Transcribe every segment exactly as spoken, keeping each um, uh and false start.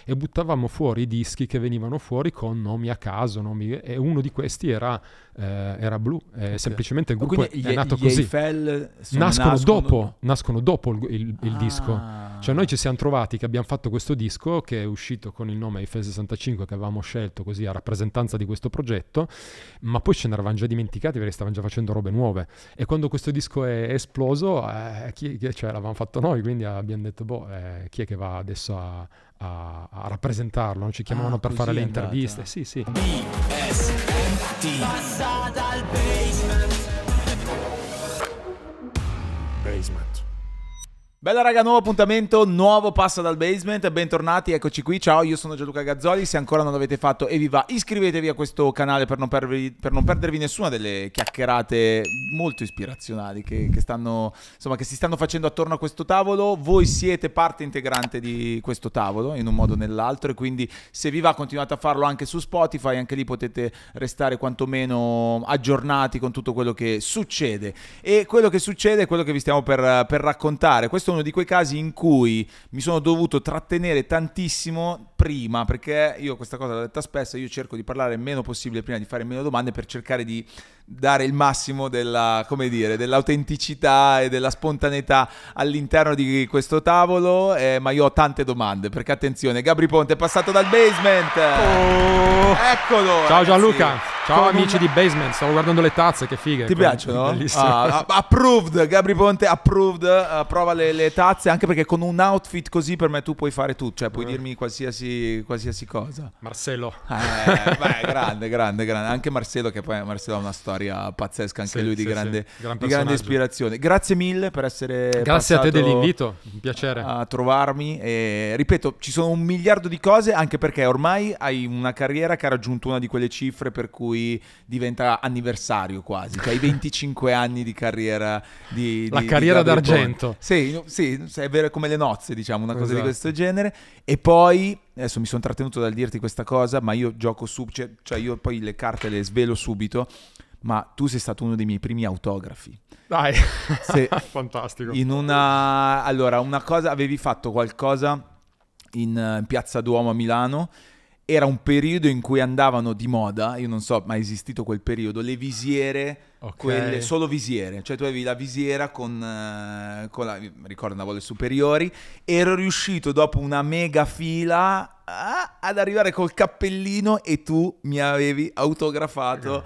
e buttavamo fuori i dischi che venivano fuori con nomi a caso, nomi, e uno di questi era, eh, era Blue, eh, okay. semplicemente il gruppo è, gli, è nato gli così. Eiffel sono, nascono, nascono dopo, nascono dopo il, il, il ah. disco, cioè noi ci siamo trovati che abbiamo fatto questo disco che è uscito con il nome Eiffel sessantacinque che avevamo scelto così a rappresentanza di questo progetto, ma poi ce ne eravamo già dimenticati perché stavamo già facendo robe nuove, e quando questo disco è esploso eh, chi, chi, cioè l'avevamo fatto noi, quindi abbiamo detto boh, eh, chi è che va adesso a, a, a rappresentarlo, no? Ci chiamavano ah, per fare le andata. interviste, sì sì. B S M T Passa dal basement. Basement. Bella raga, nuovo appuntamento, nuovo Passa dal Basement, bentornati, eccoci qui, ciao, io sono Gianluca Gazzoli, se ancora non l'avete fatto e vi va, iscrivetevi a questo canale per non perdervi, per non perdervi nessuna delle chiacchierate molto ispirazionali che, che, stanno, insomma, che si stanno facendo attorno a questo tavolo. Voi siete parte integrante di questo tavolo in un modo o nell'altro, e quindi se vi va continuate a farlo anche su Spotify, anche lì potete restare quantomeno aggiornati con tutto quello che succede, e quello che succede è quello che vi stiamo per, per raccontare. Questo è uno di quei casi in cui mi sono dovuto trattenere tantissimo prima, perché io questa cosa l'ho detta spesso, io cerco di parlare il meno possibile prima, di fare meno domande, per cercare di dare il massimo della, come dire, dell'autenticità e della spontaneità all'interno di questo tavolo, eh, ma io ho tante domande, perché attenzione, Gabri Ponte è passato dal Basement. Oh. Eccolo. Ciao ragazzi. Gianluca, ciao Con amici un... di Basement, stavo guardando le tazze, che fighe. Ti piacciono? Ah, approved, Gabri Ponte approved, uh, prova le, le tazze, anche perché con un outfit così per me tu puoi fare tutto, cioè puoi uh. dirmi qualsiasi, qualsiasi cosa. Marcello. Eh, beh, grande, grande, grande. Anche Marcello, che poi Marcello ha una storia pazzesca, anche sì, lui di, sì, grande, sì. Gran di grande ispirazione. Grazie mille per essere Grazie a te dell'invito, un piacere. A trovarmi, e ripeto, ci sono un miliardo di cose, anche perché ormai hai una carriera che ha raggiunto una di quelle cifre per cui diventa anniversario quasi, cioè hai venticinque anni di carriera di, la di, carriera di d'argento. Sì, sì, è vero, come le nozze, diciamo, una cosa esatto. di questo genere. E poi adesso mi sono trattenuto dal dirti questa cosa, ma io gioco sub, cioè, cioè io poi le carte le svelo subito, ma tu sei stato uno dei miei primi autografi. Dai, Se, fantastico. In una, allora, una cosa, avevi fatto qualcosa in, in Piazza Duomo a Milano. Era un periodo in cui andavano di moda, io non so, ma è esistito quel periodo, le visiere, okay. quelle solo visiere, cioè tu avevi la visiera con, uh, con la, ricordo andavo alle superiori, ero riuscito dopo una mega fila a, ad arrivare col cappellino e tu mi avevi autografato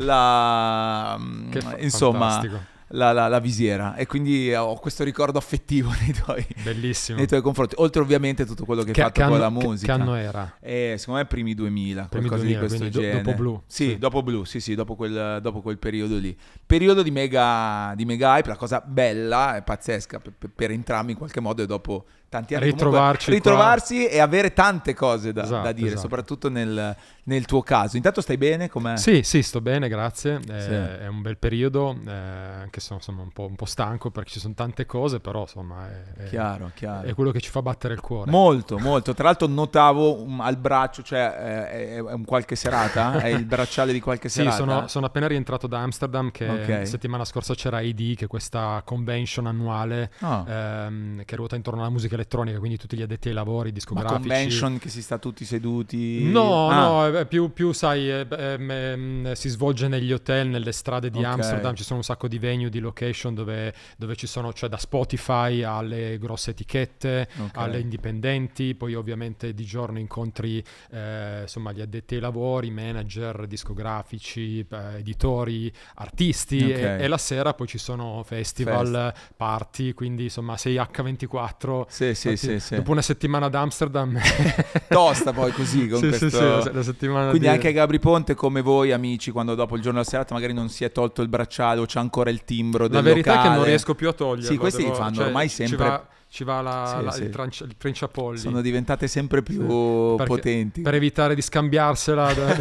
la, che insomma... fantastico. La, la, la visiera, e quindi ho questo ricordo affettivo nei tuoi, bellissimo, nei tuoi confronti, oltre ovviamente tutto quello che, che hai fatto che con anno, la musica. che anno era? Eh, secondo me primi duemila, primi qualcosa duemila, di questo do, genere. dopo Blue, sì, sì, dopo Blue, sì, sì, dopo quel, dopo quel periodo lì, periodo di mega, di mega hype. La cosa bella e pazzesca per, per, per entrambi in qualche modo, e dopo tanti anni ritrovarci, comunque, ritrovarsi e avere tante cose da, esatto, da dire, esatto. soprattutto nel, nel tuo caso. Intanto stai bene? Com'è? Sì, sì, sto bene, grazie. È, sì. è un bel periodo, eh, anche se insomma un po', un po' stanco perché ci sono tante cose, però insomma è, è, chiaro, chiaro. è quello che ci fa battere il cuore. Molto, molto. Tra l'altro notavo um, al braccio, cioè eh, è, è un qualche serata, è il bracciale di qualche sì, serata. Sono, sono appena rientrato da Amsterdam, che okay. settimana scorsa c'era I D, che è questa convention annuale oh. ehm, che ruota intorno alla musica elettronica, quindi tutti gli addetti ai lavori discografici. Ma convention che si sta tutti seduti? No, ah. no, è più, più sai, è, è, è, si svolge negli hotel, nelle strade di okay. Amsterdam, ci sono un sacco di venue, di location dove, dove ci sono, cioè da Spotify alle grosse etichette, okay. alle indipendenti, poi ovviamente di giorno incontri eh, insomma gli addetti ai lavori, manager discografici, eh, editori, artisti, okay. e, e la sera poi ci sono festival, Fest. party, quindi insomma sei acca ventiquattro. Sì, sì, sì, sì. Dopo una settimana ad Amsterdam tosta poi così con sì, questo... sì, sì, la settimana quindi di... anche Gabri Ponte, come voi amici, quando dopo il giorno della serata magari non si è tolto il bracciale o c'è ancora il timbro del la verità locale. è che non riesco più a toglierlo. Sì, questi devo... fanno cioè, ormai sempre ci va, ci va la, sì, la, sì. il, tranci... il trinciapolli, sono diventate sempre più sì. potenti per evitare di scambiarsela da...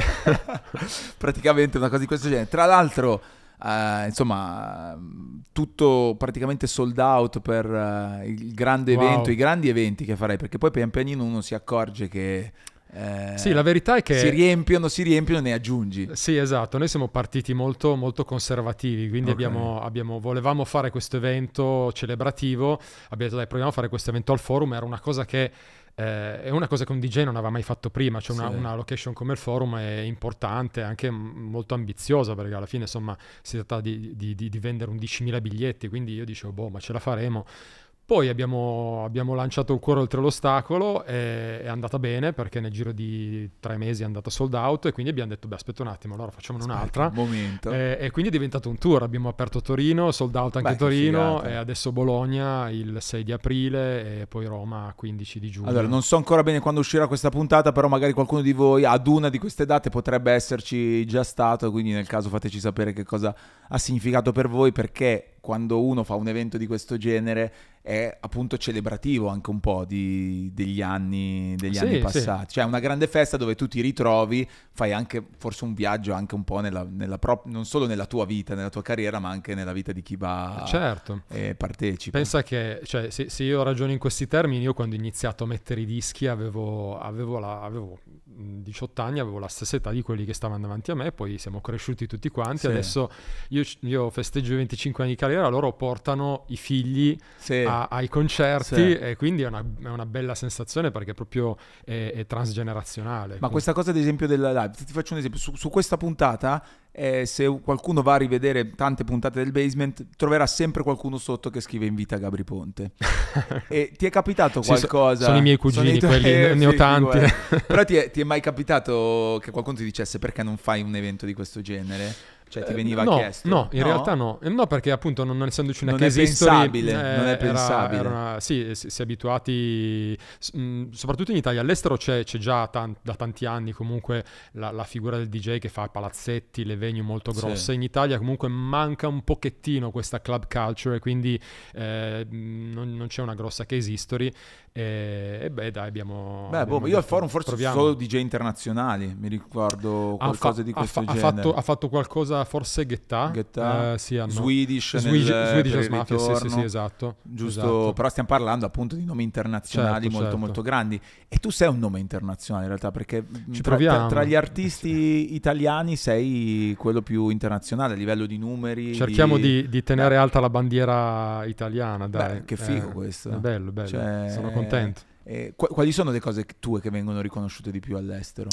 praticamente una cosa di questo genere. Tra l'altro Uh, insomma tutto praticamente sold out per uh, il grande wow. evento, i grandi eventi che farei, perché poi pian pianino uno si accorge che eh, sì, la verità è che si riempiono, si riempiono, ne aggiungi. Sì, esatto, noi siamo partiti molto, molto conservativi, quindi okay. abbiamo, abbiamo, volevamo fare questo evento celebrativo, abbiamo detto dai proviamo a fare questo evento al forum, era una cosa che eh, è una cosa che un D J non aveva mai fatto prima, cioè una, Sì. una location come il Forum è importante, anche m- molto ambiziosa, perché alla fine insomma si tratta di, di, di, di vendere undicimila biglietti, quindi io dicevo boh, ma ce la faremo. Poi abbiamo, abbiamo lanciato il cuore oltre l'ostacolo, e è andata bene perché nel giro di tre mesi è andata sold out, e quindi abbiamo detto beh, aspetta un attimo, allora facciamo un'altra. Un momento. E, e quindi è diventato un tour. Abbiamo aperto Torino, sold out anche Beh, che Torino, figata. e adesso Bologna il sei di aprile e poi Roma quindici di giugno. Allora, non so ancora bene quando uscirà questa puntata, però magari qualcuno di voi ad una di queste date potrebbe esserci già stato, quindi nel caso fateci sapere che cosa ha significato per voi, perché quando uno fa un evento di questo genere è appunto celebrativo anche un po' di, degli anni degli Sì, anni sì. passati, cioè una grande festa dove tu ti ritrovi, fai anche forse un viaggio anche un po' nella, nella prop- non solo nella tua vita, nella tua carriera, ma anche nella vita di chi va Certo. e partecipa. Pensa che, cioè, se, se io ragiono in questi termini, io quando ho iniziato a mettere i dischi avevo, avevo, la, avevo diciotto anni, avevo la stessa età di quelli che stavano davanti a me, poi siamo cresciuti tutti quanti. Sì. Adesso io, io festeggio i venticinque anni di carriera, loro portano i figli Sì. a- ai concerti, Sì. e quindi è una, è una bella sensazione perché proprio è, è transgenerazionale. Ma questa cosa ad esempio della live, ti faccio un esempio, su, su questa puntata, eh, se qualcuno va a rivedere tante puntate del Basement, troverà sempre qualcuno sotto che scrive invita Gabri Ponte. E ti è capitato Sì, so- qualcosa? sono i miei cugini, tuoi- quelli, eh, ne ho sì, tanti. figurati. Però ti è, ti è mai capitato che qualcuno ti dicesse perché non fai un evento di questo genere? Cioè ti veniva no, chiesto? No, in realtà no. Eh, No, perché appunto non, non essendoci una Non è case history, pensabile, non è era- pensabile. era una- sì, si, si è abituati, s- mh, soprattutto in Italia. All'estero c'è, c'è già tan- da tanti anni comunque la, la figura del D J che fa palazzetti, le venue molto Sì. grosse. In Italia comunque manca un pochettino questa club culture, e quindi eh, mh, non, non c'è una grossa case history. E, e beh dai, abbiamo... Beh, abbiamo boh, io al detto, forum forse proviamo. solo D J internazionali, mi ricordo Ha qualcosa fa- di ha questo fa- ha genere. fatto, ha fatto qualcosa forse Guetta, Guetta, eh, sì, hanno- Swedish, Swedish, nel- Swedish per House il Mafia, sì, sì, ritorno. sì, esatto. Giusto, esatto. però stiamo parlando appunto di nomi internazionali Certo, molto certo. molto grandi, e tu sei un nome internazionale in realtà, perché mh, Ci tra, proviamo. tra- tra gli artisti italiani sei quello più internazionale a livello di numeri. Cerchiamo di, di tenere alta la bandiera italiana, dai. Beh, che figo Eh, questo. È bello, bello. Cioè, Sono contento. eh, qu- quali sono le cose tue che vengono riconosciute di più all'estero?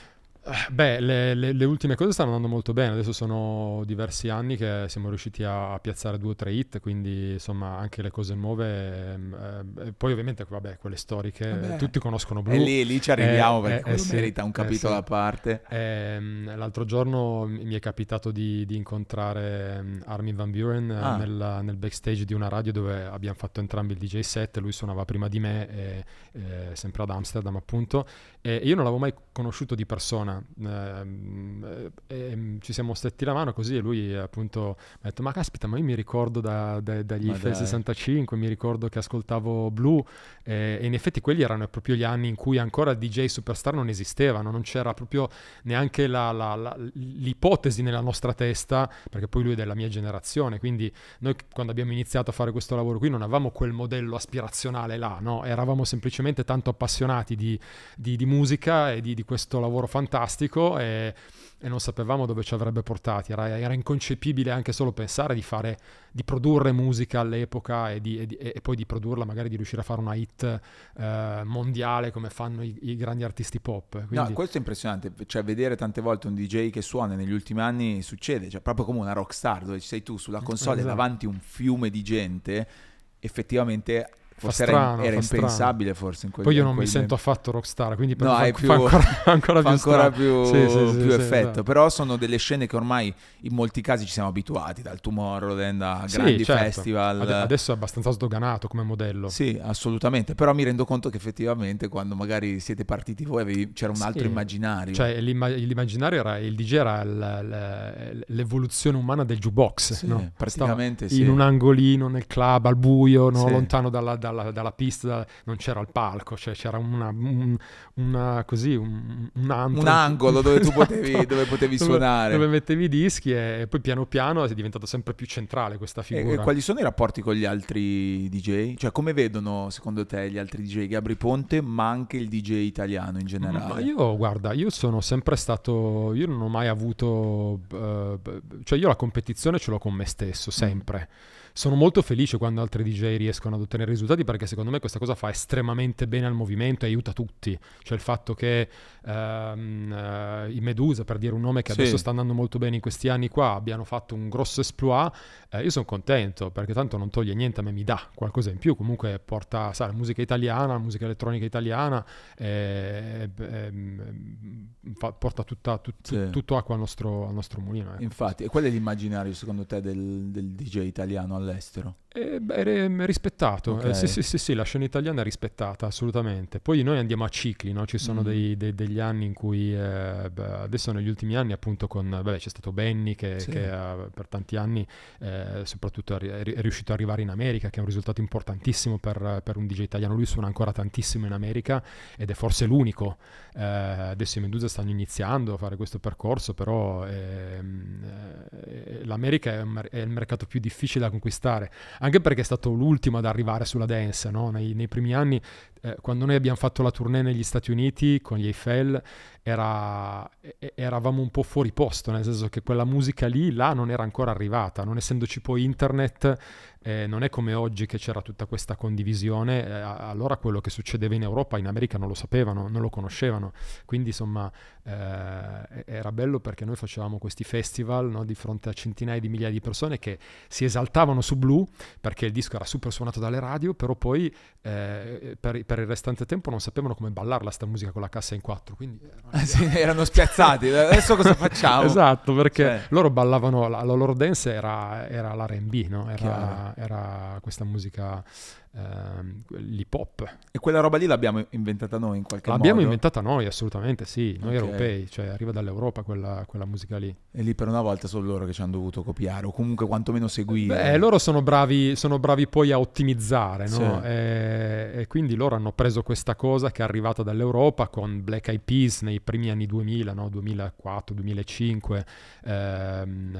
Eh, Beh, le, le- le ultime cose stanno andando molto bene. Adesso sono diversi anni che siamo riusciti a, a piazzare due o tre hit, quindi insomma anche le cose nuove. ehm, eh, poi ovviamente, vabbè, quelle storiche, Vabbè. tutti conoscono Blue. E lì, lì ci arriviamo Eh, perché eh, quello eh, sì, merita un eh, capitolo sì. a parte. Ehm, l'altro giorno mi mi è capitato di, di incontrare ehm, Armin van Buuren eh, Ah. nel, nel backstage di una radio dove abbiamo fatto entrambi il D J set. Lui suonava prima di me, e, eh, sempre ad Amsterdam appunto, e io non l'avevo mai conosciuto di persona. Ehm, e, e ci siamo stretti la mano così, e lui eh, appunto mi ha detto ma caspita, ma io mi ricordo da, da- dagli Ma I F E dai. sessantacinque, mi ricordo che ascoltavo Blue, eh, e in effetti quelli erano proprio gli anni in cui ancora il D J superstar non esistevano, non c'era proprio neanche la- la- la- l'ipotesi nella nostra testa, perché poi lui è della mia generazione, quindi noi quando abbiamo iniziato a fare questo lavoro qui non avevamo quel modello aspirazionale là, no? Eravamo semplicemente tanto appassionati di, di- di musica e di, di questo lavoro fantastico, e, e non sapevamo dove ci avrebbe portati. Era, era inconcepibile anche solo pensare di fare, di produrre musica all'epoca, e, di- e di- e poi di produrla, magari di riuscire a fare una hit eh, mondiale come fanno i, i grandi artisti pop. Quindi, No, questo è impressionante, cioè vedere tante volte un D J che suona negli ultimi anni succede, cioè proprio come una rockstar dove ci sei tu sulla console Esatto. davanti a un fiume di gente, effettivamente Fa forse strano, era, era fa strano. impensabile forse in quel poi io in non mi quel sento momento. affatto rockstar, quindi per No, me hai fa, più- fa ancora, ancora fa più ancora strano. più, Sì, sì, sì, più sì, effetto, esatto. però sono delle scene che ormai in molti casi ci siamo abituati, dal Tomorrowland a Sì, grandi certo. festival. Ade- adesso è abbastanza sdoganato come modello. Sì, assolutamente, però mi rendo conto che effettivamente quando magari siete partiti voi avevi- c'era un altro Sì. immaginario. Cioè l'imma- l'immaginario era, il D J era l- l- l'evoluzione umana del jukebox, Sì, no? praticamente Stava sì. in un angolino nel club al buio, no? Sì. Lontano dalla, dalla- dalla pista, da- non c'era il palco, cioè c'era una, un, una così un, un antro, Un angolo dove tu Esatto. potevi- dove potevi Dove- suonare. dove mettevi i dischi, e poi piano piano è diventato sempre più centrale questa E, figura. e quali sono i rapporti con gli altri D J? Cioè come vedono secondo te gli altri D J, Gabri Ponte, ma anche il D J italiano in generale? Ma io, guarda, io sono sempre stato, io non ho mai avuto, eh, cioè io la competizione ce l'ho con me stesso, sempre. sono molto felice quando altri D J riescono ad ottenere risultati, perché secondo me questa cosa fa estremamente bene al movimento e aiuta tutti. Cioè il fatto che ehm, eh, i Medusa, per dire un nome che sì. adesso sta andando molto bene in questi anni qua, abbiano fatto un grosso exploit, eh, io sono contento, perché tanto non toglie niente, a me mi dà qualcosa in più, comunque porta, sai, la musica italiana, la musica elettronica italiana, eh, eh, fa, porta tutta, tut, sì. tutto acqua al nostro, al nostro mulino. Ecco. Infatti, e qual è l'immaginario secondo te del, del D J italiano all'estero? È, è rispettato, okay. eh, sì, sì, sì, sì, la scena italiana è rispettata assolutamente. Poi noi andiamo a cicli, no? Ci sono mm. dei, dei, degli anni in cui eh, beh, adesso negli ultimi anni appunto con vabbè, c'è stato Benny che, sì. che uh, per tanti anni eh, soprattutto è, è riuscito ad arrivare in America, che è un risultato importantissimo per, per un D J italiano. Lui suona ancora tantissimo in America ed è forse l'unico. Eh, adesso i Medusa stanno iniziando a fare questo percorso, però ehm, eh, l'America è, un, è il mercato più difficile da conquistare, anche perché è stato l'ultimo ad arrivare sulla dance, no? nei, nei primi anni, eh, quando noi abbiamo fatto la tournée negli Stati Uniti con gli Eiffel, era, eh, eravamo un po' fuori posto, nel senso che quella musica lì, là non era ancora arrivata, non essendoci poi internet. Eh, non è come oggi che c'era tutta questa condivisione, eh, allora quello che succedeva in Europa, in America non lo sapevano, non lo conoscevano, quindi insomma eh, era bello perché noi facevamo questi festival, no, di fronte a centinaia di migliaia di persone che si esaltavano su Blue perché il disco era super suonato dalle radio, però poi eh, per, per il restante tempo non sapevano come ballarla sta musica con la cassa in quattro, quindi erano, sì, erano spiazzati. Adesso cosa facciamo? Esatto, perché cioè. loro ballavano, la, la loro dance era, era l'R and B, no? Era, era questa musica ehm, l'hip hop. E quella roba lì l'abbiamo inventata noi in qualche l'abbiamo modo? L'abbiamo inventata noi, assolutamente sì, noi okay. europei, cioè arriva dall'Europa quella, quella musica lì. E lì per una volta sono loro che ci hanno dovuto copiare o comunque quantomeno seguire. Beh, loro sono bravi, sono bravi poi a ottimizzare, no? Sì. E, e quindi loro hanno preso questa cosa che è arrivata dall'Europa con Black Eyed Peas nei primi anni duemila, no? duemilaquattro duemilacinque, ehm,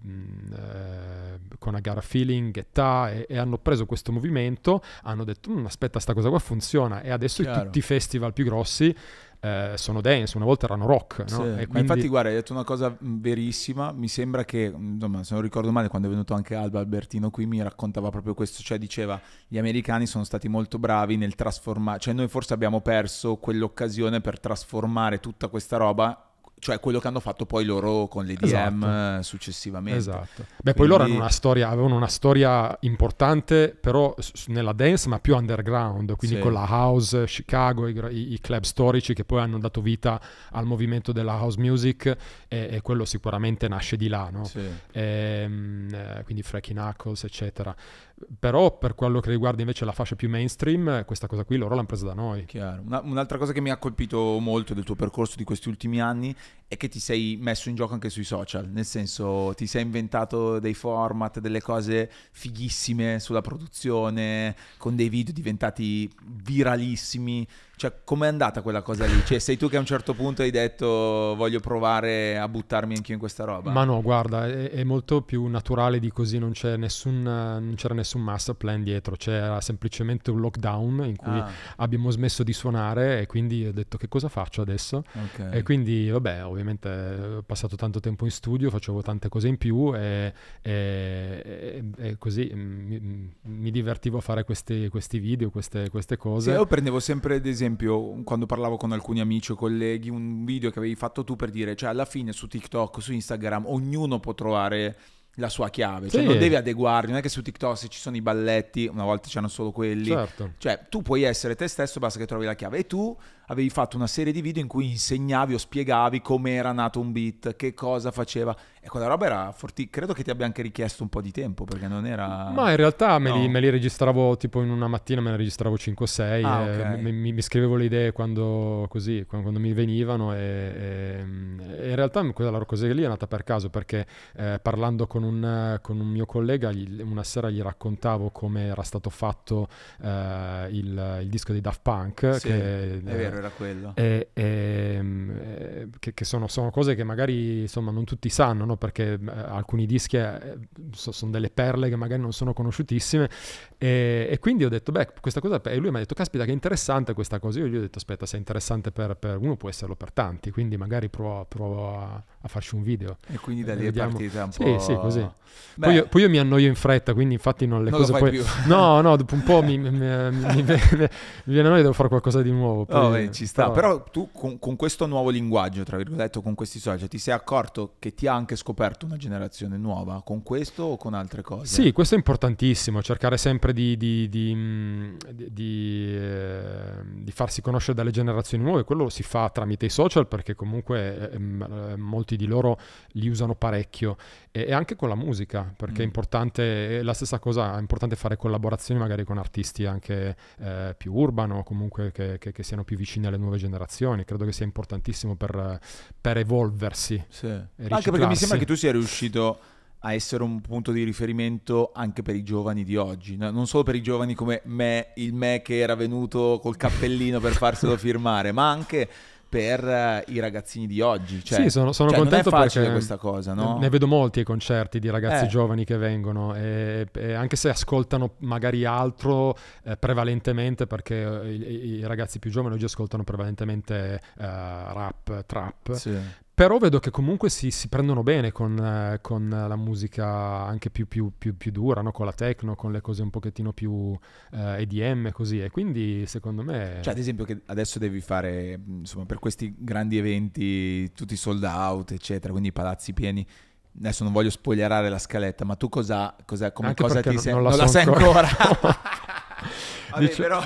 eh, con I Got a Feeling, Guetta, e, e hanno preso questo movimento, hanno detto aspetta, sta cosa qua funziona, e adesso Chiaro. tutti i festival più grossi eh, sono dance, una volta erano rock, no? Sì. E quindi... quindi... infatti guarda, hai detto una cosa verissima, mi sembra che, insomma, se non ricordo male, quando è venuto anche Alba Albertino qui mi raccontava proprio questo, cioè diceva gli americani sono stati molto bravi nel trasformare, cioè noi forse abbiamo perso quell'occasione per trasformare tutta questa roba, cioè quello che hanno fatto poi loro con l'E D M, esatto. successivamente. Esatto. Beh, Quindi... poi loro hanno una storia, avevano una storia importante, però nella dance, ma più underground, quindi sì. con la house, Chicago, i, i club storici che poi hanno dato vita al movimento della house music, e, e quello sicuramente nasce di là, no? Sì. E, quindi Frankie Knuckles, eccetera. Però per quello che riguarda invece la fascia più mainstream, questa cosa qui loro l'hanno presa da noi. Chiaro. Una, un'altra cosa che mi ha colpito molto del tuo percorso di questi ultimi anni è che ti sei messo in gioco anche sui social, nel senso ti sei inventato dei format, delle cose fighissime sulla produzione, con dei video diventati viralissimi. Cioè, com'è andata quella cosa lì? Cioè, sei tu che a un certo punto hai detto voglio provare a buttarmi anch'io in questa roba? Ma no, guarda, è, è molto più naturale di così, non, c'è nessun, non c'era nessun master plan dietro, c'era semplicemente un lockdown in cui ah. abbiamo smesso di suonare, e quindi ho detto che cosa faccio adesso? Okay. E quindi, vabbè, ovviamente ho passato tanto tempo in studio, facevo tante cose in più e, e, e così mi, mi divertivo a fare questi, questi video, queste, queste cose. Sì, io prendevo sempre, ad esempio, quando parlavo con alcuni amici o colleghi, un video che avevi fatto tu per dire, cioè alla fine su TikTok, su Instagram, ognuno può trovare la sua chiave, cioè sì. non devi adeguarli, non è che su TikTok se ci sono i balletti, una volta c'erano solo quelli, certo. Cioè tu puoi essere te stesso, basta che trovi la chiave. E tu avevi fatto una serie di video in cui insegnavi o spiegavi come era nato un beat, che cosa faceva, e quella roba era forti. Credo che ti abbia anche richiesto un po' di tempo, perché non era... Ma in realtà me, no. li, me li registravo tipo in una mattina, me ne registravo cinque o sei, ah, e okay. mi, mi, mi scrivevo le idee quando, così, quando, quando mi venivano, e, e, e in realtà quella cosa lì è nata per caso, perché eh, parlando con un, con un mio collega gli, una sera gli raccontavo come era stato fatto eh, il, il disco di Daft Punk, sì, che, è vero, era quello, e, e, che, che sono, sono cose che magari insomma non tutti sanno, no? Perché eh, alcuni dischi eh, so, sono delle perle che magari non sono conosciutissime, e, e quindi ho detto beh questa cosa, e lui mi ha detto caspita che interessante questa cosa. Io gli ho detto aspetta, se è interessante per, per uno può esserlo per tanti, quindi magari provo, provo a a farci un video. E quindi da lì Vediamo. è partita un sì, po'... Sì, così. Poi io, poi io mi annoio in fretta, quindi infatti non le non cose lo fai poi... più. No, no, dopo un po' mi, mi, mi, mi, viene, mi viene noia, devo fare qualcosa di nuovo. Poi, oh, beh, ci sta. Però, però tu con, con questo nuovo linguaggio, tra virgolette, con questi social, ti sei accorto che ti ha anche scoperto una generazione nuova con questo o con altre cose? Sì, questo è importantissimo, cercare sempre di, di, di, di, di, eh, di farsi conoscere dalle generazioni nuove. Quello si fa tramite i social, perché comunque eh, eh, molti di loro li usano parecchio, e, e anche con la musica, perché mm. è importante, è la stessa cosa, è importante fare collaborazioni magari con artisti anche eh, più urban, o comunque che, che, che siano più vicini alle nuove generazioni. Credo che sia importantissimo per, per evolversi. Sì. Anche perché mi sembra che tu sia riuscito a essere un punto di riferimento anche per i giovani di oggi, no? Non solo per i giovani come me, il me che era venuto col cappellino per farselo firmare, ma anche per uh, i ragazzini di oggi. Cioè, sì, sono, sono cioè, contento non è facile perché questa cosa, no? Ne vedo molti ai concerti di ragazzi eh. giovani che vengono, e, e anche se ascoltano magari altro eh, prevalentemente, perché eh, i, i ragazzi più giovani oggi ascoltano prevalentemente eh, rap, trap. Sì. Però vedo che comunque si, si prendono bene con, eh, con la musica anche più, più, più, più dura, no? Con la techno, con le cose un pochettino più eh, E D M, così. E quindi secondo me... Cioè ad esempio che adesso devi fare, insomma, per questi grandi eventi, tutti sold out, eccetera, quindi i palazzi pieni. Adesso non voglio spoilerare la scaletta, ma tu cosa, cosa, come anche cosa ti non, sei... Non la, non so la sai ancora? ancora? Vabbè, Dice... però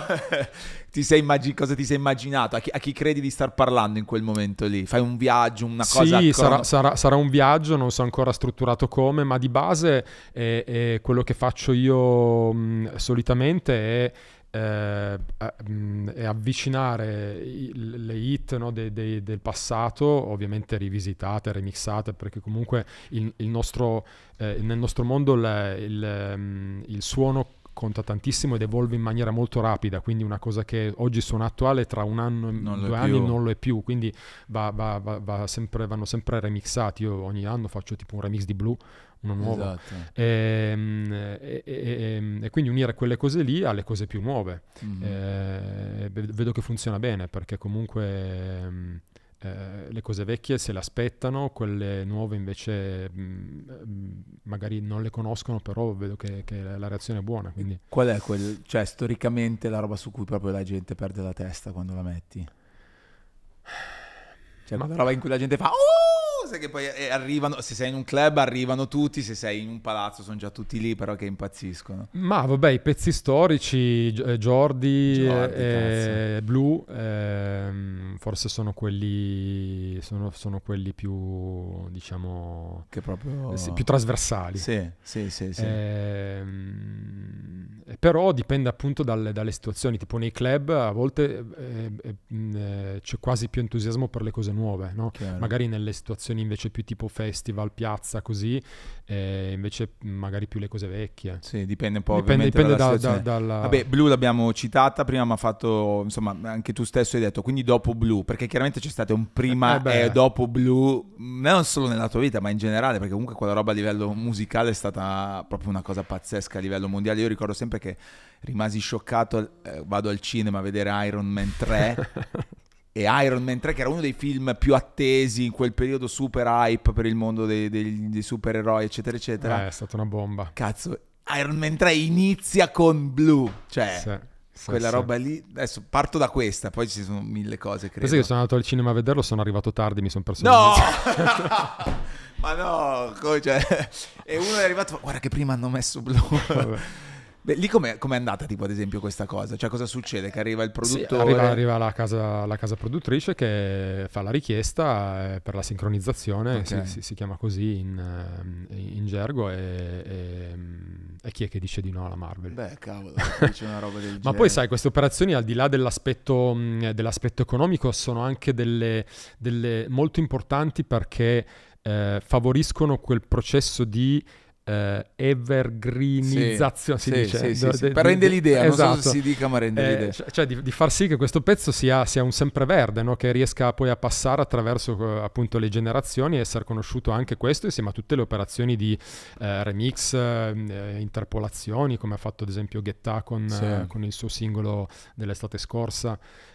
ti sei immagin- cosa ti sei immaginato? A chi, a chi credi di star parlando in quel momento lì? Fai un viaggio, una cosa? Sì, crono- sarà, sarà, sarà un viaggio, non so ancora strutturato come, ma di base è, è quello che faccio io mh, solitamente è, eh, mh, è avvicinare i, le hit, no, de, de, del passato, ovviamente rivisitate, remixate, perché comunque il, il nostro, eh, nel nostro mondo il, il, il suono conta tantissimo ed evolve in maniera molto rapida, quindi una cosa che oggi suona attuale tra un anno e non due anni non lo è più, quindi va, va, va, va sempre, vanno sempre remixati. Io ogni anno faccio tipo un remix di Blue, uno nuovo, esatto. e, e, e, e quindi unire quelle cose lì alle cose più nuove. Mm-hmm. E, vedo che funziona bene, perché comunque Eh, le cose vecchie se le aspettano, quelle nuove invece mh, magari non le conoscono, però vedo che, che la reazione è buona. Quindi. Qual è quel, cioè storicamente la roba su cui proprio la gente perde la testa quando la metti? Cioè Ma... quella roba in cui la gente fa oh! Se che poi arrivano, se sei in un club arrivano tutti, se sei in un palazzo sono già tutti lì però che impazziscono. Ma vabbè, i pezzi storici, Jordi, Jordi eh, Blue, ehm, forse sono quelli sono, sono quelli più, diciamo, che proprio sì, più trasversali. Sì, sì, sì, sì. Ehm, però dipende appunto dalle, dalle situazioni, tipo nei club a volte eh, eh, c'è quasi più entusiasmo per le cose nuove, no? Magari nelle situazioni invece più tipo festival, piazza, così, eh, invece magari più le cose vecchie. Sì, dipende un po', dipende, ovviamente dipende dalla da, da, dalla... Vabbè, Blue l'abbiamo citata, prima mi ha fatto, insomma, anche tu stesso hai detto, quindi dopo Blue, perché chiaramente c'è stato un prima eh e dopo Blue, non solo nella tua vita, ma in generale, perché comunque quella roba a livello musicale è stata proprio una cosa pazzesca a livello mondiale. Io ricordo sempre che rimasi scioccato, eh, vado al cinema a vedere Iron Man tre e Iron Man tre, che era uno dei film più attesi in quel periodo, super hype per il mondo dei, dei, dei supereroi, eccetera, eccetera. Eh, è stata una bomba. Cazzo, Iron Man tre inizia con Blue, cioè sì, sì, quella sì. roba lì. Adesso parto da questa, poi ci sono mille cose, credo. Penso che sono andato al cinema a vederlo, sono arrivato tardi, mi sono perso. No! Ma no, come, cioè, e uno è arrivato, guarda che prima hanno messo Blue. Vabbè. Beh, lì com'è, com'è andata, tipo, ad esempio, questa cosa? Cioè, cosa succede? Che arriva il produttore? Sì, arriva, arriva la, casa, la casa produttrice che fa la richiesta eh, per la sincronizzazione, okay. si, si, si chiama così in, in gergo, e, e, e chi è che dice di no alla Marvel? Beh, cavolo, dice una roba del genere. Ma poi sai, queste operazioni, al di là dell'aspetto, dell'aspetto economico, sono anche delle, delle molto importanti, perché eh, favoriscono quel processo di Uh, evergreenizzazione, sì, si sì, dice sì, sì, de, sì. de, per rende l'idea, esatto. Non so se si dica, ma rende eh, l'idea, cioè, cioè di, di far sì che questo pezzo sia, sia un sempreverde, no? Che riesca poi a passare attraverso uh, appunto le generazioni e essere conosciuto anche questo, insieme a tutte le operazioni di uh, remix, uh, interpolazioni, come ha fatto ad esempio Guetta con, sì. uh, con il suo singolo dell'estate scorsa.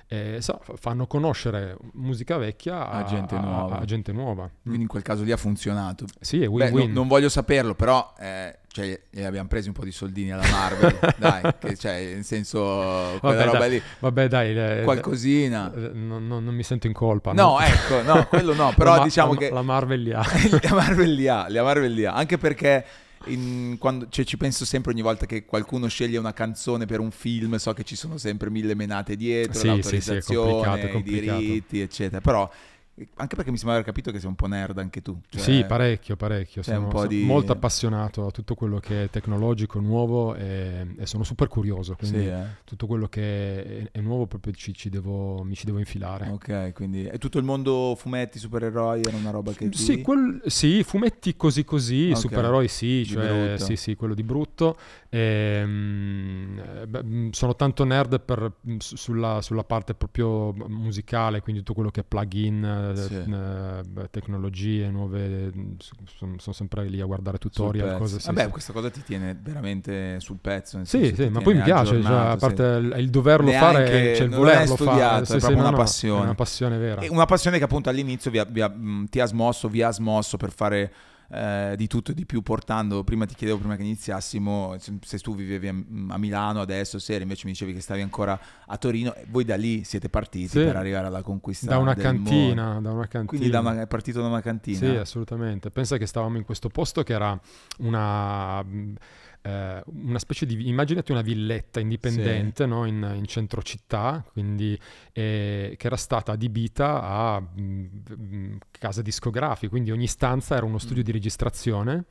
eh, so, fanno conoscere musica vecchia a, a gente nuova. A, a gente nuova. Quindi in quel caso lì ha funzionato. Sì, è win-win. Non, non voglio saperlo, però eh, cioè, gli abbiamo presi un po' di soldini alla Marvel, dai, che, cioè, nel senso, quella vabbè, roba dai, lì, vabbè, dai, le, qualcosina. Le, non, non, non mi sento in colpa. No, no? ecco, no, quello no, però la, diciamo la, che... La Marvel li ha. la Marvel li ha, la Marvel li ha, anche perché... In, quando, cioè, ci penso sempre ogni volta che qualcuno sceglie una canzone per un film, so che ci sono sempre mille menate dietro, sì, l'autorizzazione, sì, sì, è complicato, è i complicato. diritti, eccetera. Però anche perché mi sembra aver capito che sei un po' nerd anche tu. Cioè, sì, parecchio, parecchio. Sei Sono, un po' sono di... molto appassionato a tutto quello che è tecnologico, nuovo e, e sono super curioso. Quindi sì, eh. tutto quello che è, è nuovo proprio ci, ci devo, mi ci devo infilare. Ok, quindi è tutto il mondo fumetti, supereroi, era una roba che ti... Sì, quel, sì, fumetti così così, okay. Supereroi sì, cioè, brutto. sì, sì, quello di brutto. E, mh, beh, sono tanto nerd per, sulla, sulla parte proprio musicale, quindi tutto quello che è plugin, sì. eh, tecnologie nuove, sono, sono sempre lì a guardare tutorial, cose. Sì, Vabbè, sì. questa cosa ti tiene veramente sul pezzo. Nel Sì, senso, sì, ma poi mi piace, cioè, a parte sì. il doverlo Neanche, fare, cioè il non volerlo è studiato, fare, sì, è sì, proprio no, una no, passione. È una passione vera. E una passione che appunto all'inizio vi ha, vi ha, ti ha smosso, vi ha smosso per fare eh, di tutto e di più, portando, prima ti chiedevo prima che iniziassimo se, se tu vivevi a, a Milano adesso, se invece mi dicevi che stavi ancora a Torino, e voi da lì siete partiti sì, per arrivare alla conquista da una del cantina, mondo. da una cantina. Quindi da una, è partito da una cantina? Sì, assolutamente. Pensa che stavamo in questo posto che era una... Eh, una specie di, immaginati una villetta indipendente, sì, no? in, in centro città, quindi eh, che era stata adibita a mh, casa discografiche, quindi ogni stanza era uno studio mm. di registrazione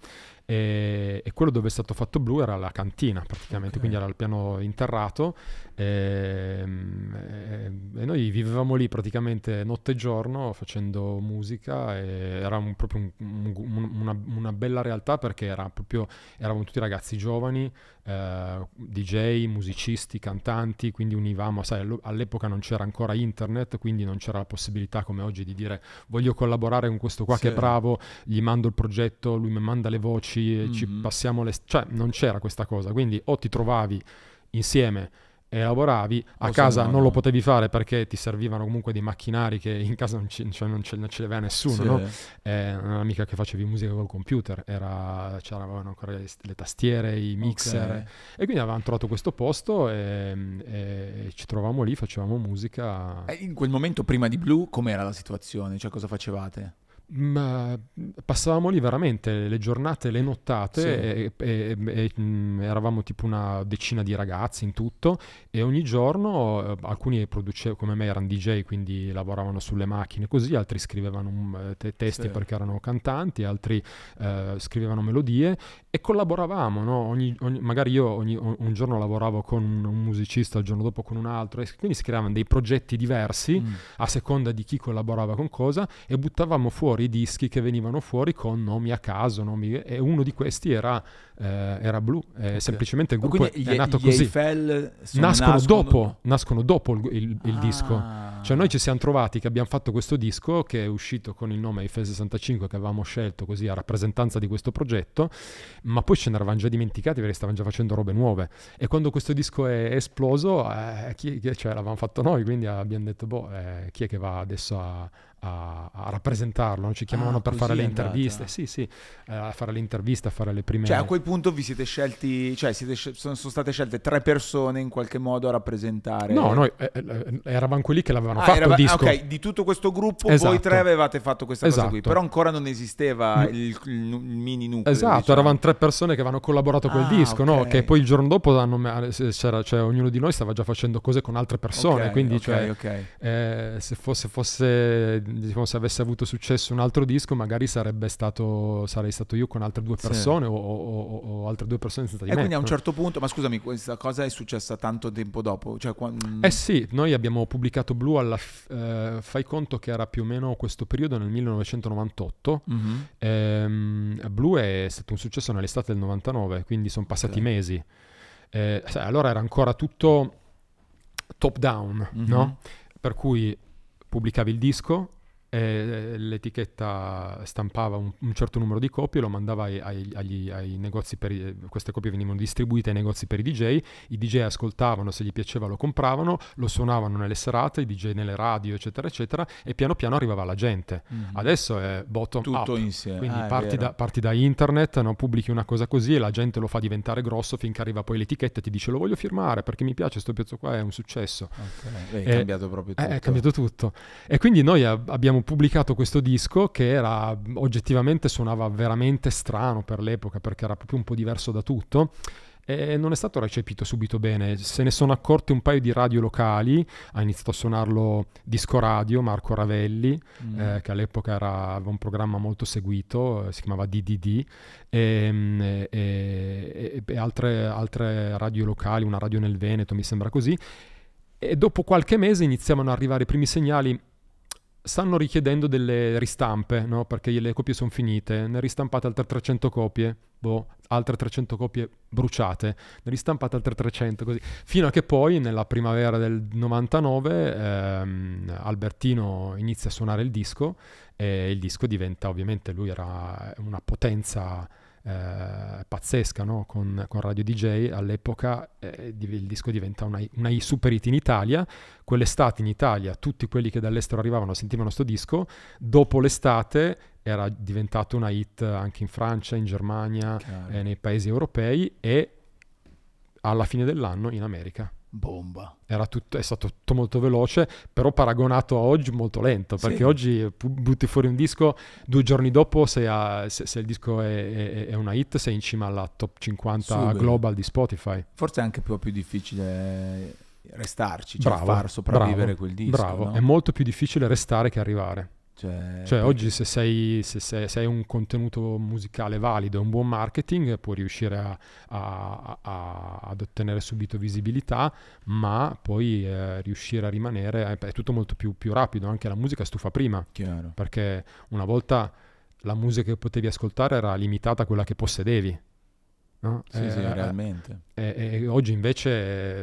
e, e quello dove è stato fatto Blue era la cantina praticamente, okay. Quindi era il piano interrato e, e, e noi vivevamo lì praticamente notte e giorno facendo musica e era un, proprio un, un, una, una bella realtà perché era proprio, eravamo tutti ragazzi giovani, eh, D J, musicisti, cantanti, quindi univamo, sai, all'epoca non c'era ancora internet, quindi non c'era la possibilità come oggi di dire voglio collaborare con questo qua, sì, che è bravo, gli mando il progetto, lui mi manda le voci, mm-hmm. ci passiamo le... cioè non c'era questa cosa, quindi o ti trovavi insieme e lavoravi, a o casa no, non no. lo potevi fare perché ti servivano comunque dei macchinari che in casa non, ci, cioè non, ce, non ce l'aveva nessuno, sì. no? Eh, non era mica che facevi musica col computer, era, c'erano ancora le, le tastiere, i mixer, okay. E quindi avevamo trovato questo posto e, e ci trovavamo lì, facevamo musica. E in quel momento prima di Blue com'era la situazione? Cioè cosa facevate? Ma passavamo lì veramente le giornate, le nottate, sì. e, e, e, e mh, eravamo tipo una decina di ragazzi in tutto e ogni giorno eh, alcuni produce, come me erano D J, quindi lavoravano sulle macchine così, altri scrivevano um, te- testi, sì. perché erano cantanti, altri eh, scrivevano melodie e collaboravamo, no? ogni, ogni, magari io ogni, un giorno lavoravo con un musicista, il giorno dopo con un altro, e quindi si creavano dei progetti diversi mm. a seconda di chi collaborava con cosa e buttavamo fuori i dischi che venivano fuori con nomi a caso, nomi, e uno di questi era, eh, era Blue, eh, okay. Semplicemente il gruppo gli, è nato gli così. Eiffel nascono, nascono dopo, nascono dopo il, il, il ah. disco, cioè noi ci siamo trovati che abbiamo fatto questo disco che è uscito con il nome Eiffel sessantacinque che avevamo scelto così a rappresentanza di questo progetto, ma poi ce ne eravamo già dimenticati perché stavamo già facendo robe nuove e quando questo disco è esploso, eh, chi, chi, cioè l'avevamo fatto noi, quindi abbiamo detto boh, eh, chi è che va adesso a A, a rappresentarlo, no? Ci chiamavano ah, per fare le interviste, sì sì, eh, a fare le interviste, a fare le prime. Cioè a quel punto vi siete scelti, cioè siete scel- sono, sono state scelte tre persone in qualche modo a rappresentare. No, noi eh, eh, eravamo quelli che l'avevano ah, fatto erava- il disco. Ok, di tutto questo gruppo esatto. voi tre avevate fatto questa esatto. cosa qui, però ancora non esisteva il, il, il mini nucleo. Esatto, diciamo. eravamo tre persone che avevano collaborato col ah, disco, okay. no? Che poi il giorno dopo hanno, c'era, cioè ognuno di noi stava già facendo cose con altre persone, okay, quindi okay, cioè okay. Eh, se fosse fosse diciamo, se avesse avuto successo un altro disco magari sarebbe stato sarei stato io con altre due persone, sì. o, o, o, o altre due persone senza di e me. Quindi a un certo punto, ma scusami, questa cosa è successa tanto tempo dopo, cioè quando... eh sì, noi abbiamo pubblicato Blue alla eh, fai conto che era più o meno questo periodo nel millenovecentonovantotto. Mm-hmm. ehm, Blue è stato un successo nell'estate del novantanove, quindi sono passati okay. mesi, eh, sai, allora era ancora tutto top down, mm-hmm. no? Per cui pubblicavi il disco, e l'etichetta stampava un, un certo numero di copie, lo mandava ai, ai, agli, ai negozi per i, queste copie venivano distribuite ai negozi per i D J, i D J ascoltavano, se gli piaceva lo compravano, lo suonavano nelle serate, i D J nelle radio eccetera eccetera, e piano piano arrivava alla gente. Mm-hmm. Adesso è bottom tutto up, insieme, quindi ah, parti, da, parti da internet, no? Pubblichi una cosa così e la gente lo fa diventare grosso finché arriva poi l'etichetta e ti dice lo voglio firmare perché mi piace sto pezzo qua, è un successo. Okay. È, è cambiato proprio tutto. È cambiato tutto. E quindi noi ab- abbiamo pubblicato questo disco che era oggettivamente suonava veramente strano per l'epoca perché era proprio un po' diverso da tutto e non è stato recepito subito bene. Se ne sono accorti un paio di radio locali, ha iniziato a suonarlo Disco Radio, Marco Ravelli, mm. eh, che all'epoca era, aveva un programma molto seguito, eh, si chiamava D D D, e, e, e, e altre, altre radio locali, una radio nel Veneto mi sembra così, e dopo qualche mese iniziavano ad arrivare i primi segnali. Stanno richiedendo delle ristampe, no? Perché le copie sono finite, ne ristampate altre trecento copie, boh, altre trecento copie bruciate, ne ristampate altre trecento, così. Fino a che poi, nella primavera del novantanove, ehm, Albertino inizia a suonare il disco, e il disco diventa, ovviamente lui era una potenza eh, pazzesca, no? con, con Radio D J all'epoca, eh, il disco diventa una, una super hit in Italia. Quell'estate in Italia tutti quelli che dall'estero arrivavano sentivano sto disco, dopo l'estate era diventato una hit anche in Francia, in Germania, eh, nei paesi europei, e alla fine dell'anno in America. Bomba. Era tutto, è stato tutto molto veloce, però paragonato a oggi molto lento, perché sì. Oggi butti fuori un disco, due giorni dopo sei a, se, se il disco è, è, è una hit sei in cima alla top cinquanta Super. Global di Spotify. Forse è anche più, più difficile restarci, cioè bravo, far sopravvivere bravo, quel disco. Bravo, no? È molto più difficile restare che arrivare. Cioè, cioè oggi se sei, se, sei, se hai un contenuto musicale valido e un buon marketing puoi riuscire a, a, a, ad ottenere subito visibilità, ma poi eh, riuscire a rimanere è, è tutto molto più, più rapido. Anche la musica stufa prima. Chiaro. Perché una volta la musica che potevi ascoltare era limitata a quella che possedevi. No? Sì, eh, sì, realmente. E, e oggi invece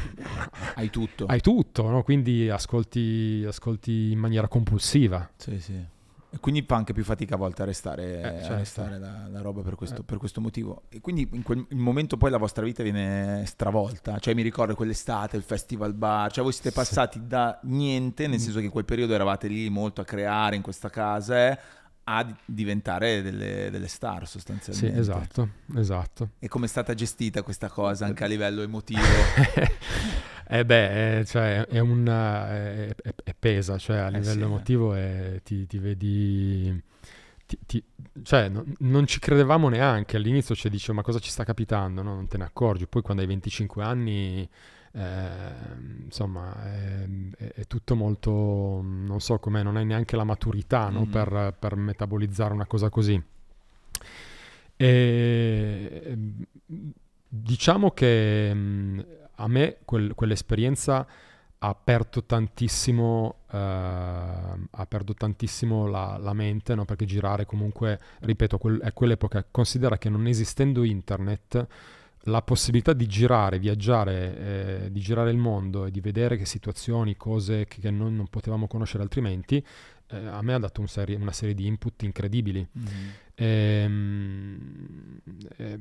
hai tutto. Hai tutto, no? Quindi ascolti, ascolti in maniera compulsiva. Sì, sì. E quindi fa anche più fatica a volte a restare, eh, certo. a restare la, la roba per questo, eh. per questo motivo. E quindi in quel il momento poi la vostra vita viene stravolta. Cioè mi ricordo quell'estate, il festival bar, cioè voi siete passati sì. da niente, nel senso che in quel periodo eravate lì molto a creare in questa casa, eh, a diventare delle, delle star sostanzialmente. Sì, esatto, esatto. E come è stata gestita questa cosa anche a livello emotivo? Eh beh, è, cioè, è una è, è, è pesa, cioè a livello eh sì, emotivo è, ti, ti vedi ti, ti, cioè no, non ci credevamo neanche all'inizio, cioè dicevo ma cosa ci sta capitando, no? Non te ne accorgi, poi quando hai venticinque anni Eh, insomma è, è, è tutto molto, non so com'è, non hai neanche la maturità, no? mm. per, per metabolizzare una cosa così. E diciamo che mh, a me quel, quell'esperienza ha aperto tantissimo eh, ha aperto tantissimo la, la mente, no? Perché girare comunque, ripeto, quel, a quell'epoca, considera che non esistendo internet, la possibilità di girare, viaggiare, eh, di girare il mondo e di vedere che situazioni, cose che, che noi non potevamo conoscere altrimenti, eh, a me ha dato un serie, una serie di input incredibili. Mm-hmm. E, e,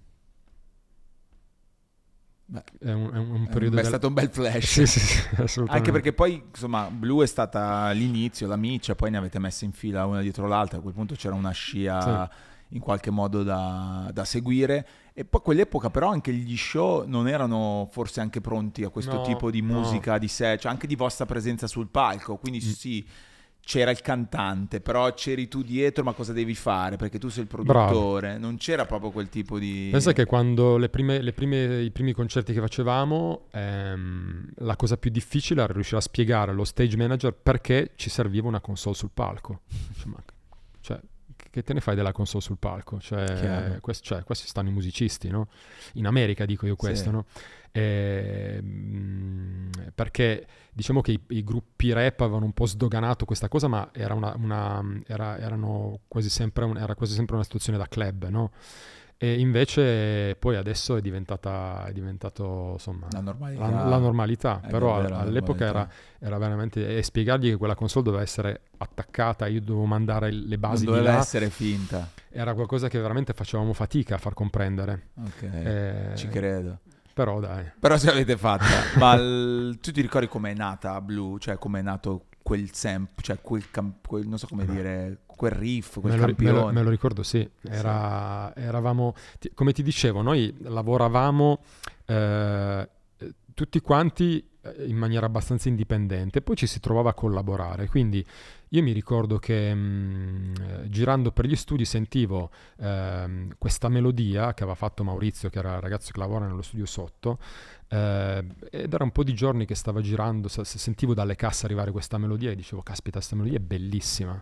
Beh, è un, è un periodo è del... stato un bel flash. Sì, sì, sì, assolutamente. Anche perché poi insomma Blue è stata l'inizio, la miccia, poi ne avete messe in fila una dietro l'altra, a quel punto c'era una scia sì. in qualche modo da, da seguire. E poi a quell'epoca però anche gli show non erano forse anche pronti a questo no, tipo di musica no. di sé, cioè anche di vostra presenza sul palco, quindi mm. sì, c'era il cantante, però c'eri tu dietro, ma cosa devi fare? Perché tu sei il produttore. Bravo. Non c'era proprio quel tipo di... Pensa che quando le prime, le prime, i primi concerti che facevamo, ehm, la cosa più difficile era riuscire a spiegare allo stage manager perché ci serviva una console sul palco. Cioè, che te ne fai della console sul palco? Cioè, quest, cioè questi stanno i musicisti, no? In America dico io questo, sì. no? E, mh, perché diciamo che i, i gruppi rap avevano un po' sdoganato questa cosa, ma era una, una era, erano quasi sempre un, era quasi sempre una situazione da club, no? E invece poi adesso è diventata è diventato insomma la normalità, la, la normalità. Però davvero, all'epoca normalità. Era, era veramente, e spiegargli che quella console doveva essere attaccata, io dovevo mandare le basi non di doveva là, essere finta, era qualcosa che veramente facevamo fatica a far comprendere. ok, eh, ci credo. Però dai, Però ce l'avete fatta. Ma il, tu ti ricordi com'è nata Blue? Cioè com'è nato quel sample, cioè quel, camp, quel non so come dire, quel riff, quel me lo, campione? me, lo, me lo ricordo, sì. Era, sì. Eravamo, ti, come ti dicevo, noi lavoravamo eh, tutti quanti in maniera abbastanza indipendente, poi ci si trovava a collaborare, quindi io mi ricordo che mh, girando per gli studi sentivo eh, questa melodia che aveva fatto Maurizio, che era il ragazzo che lavora nello studio sotto, eh, ed era un po' di giorni che stava girando, se, se sentivo dalle casse arrivare questa melodia e dicevo caspita, questa melodia è bellissima.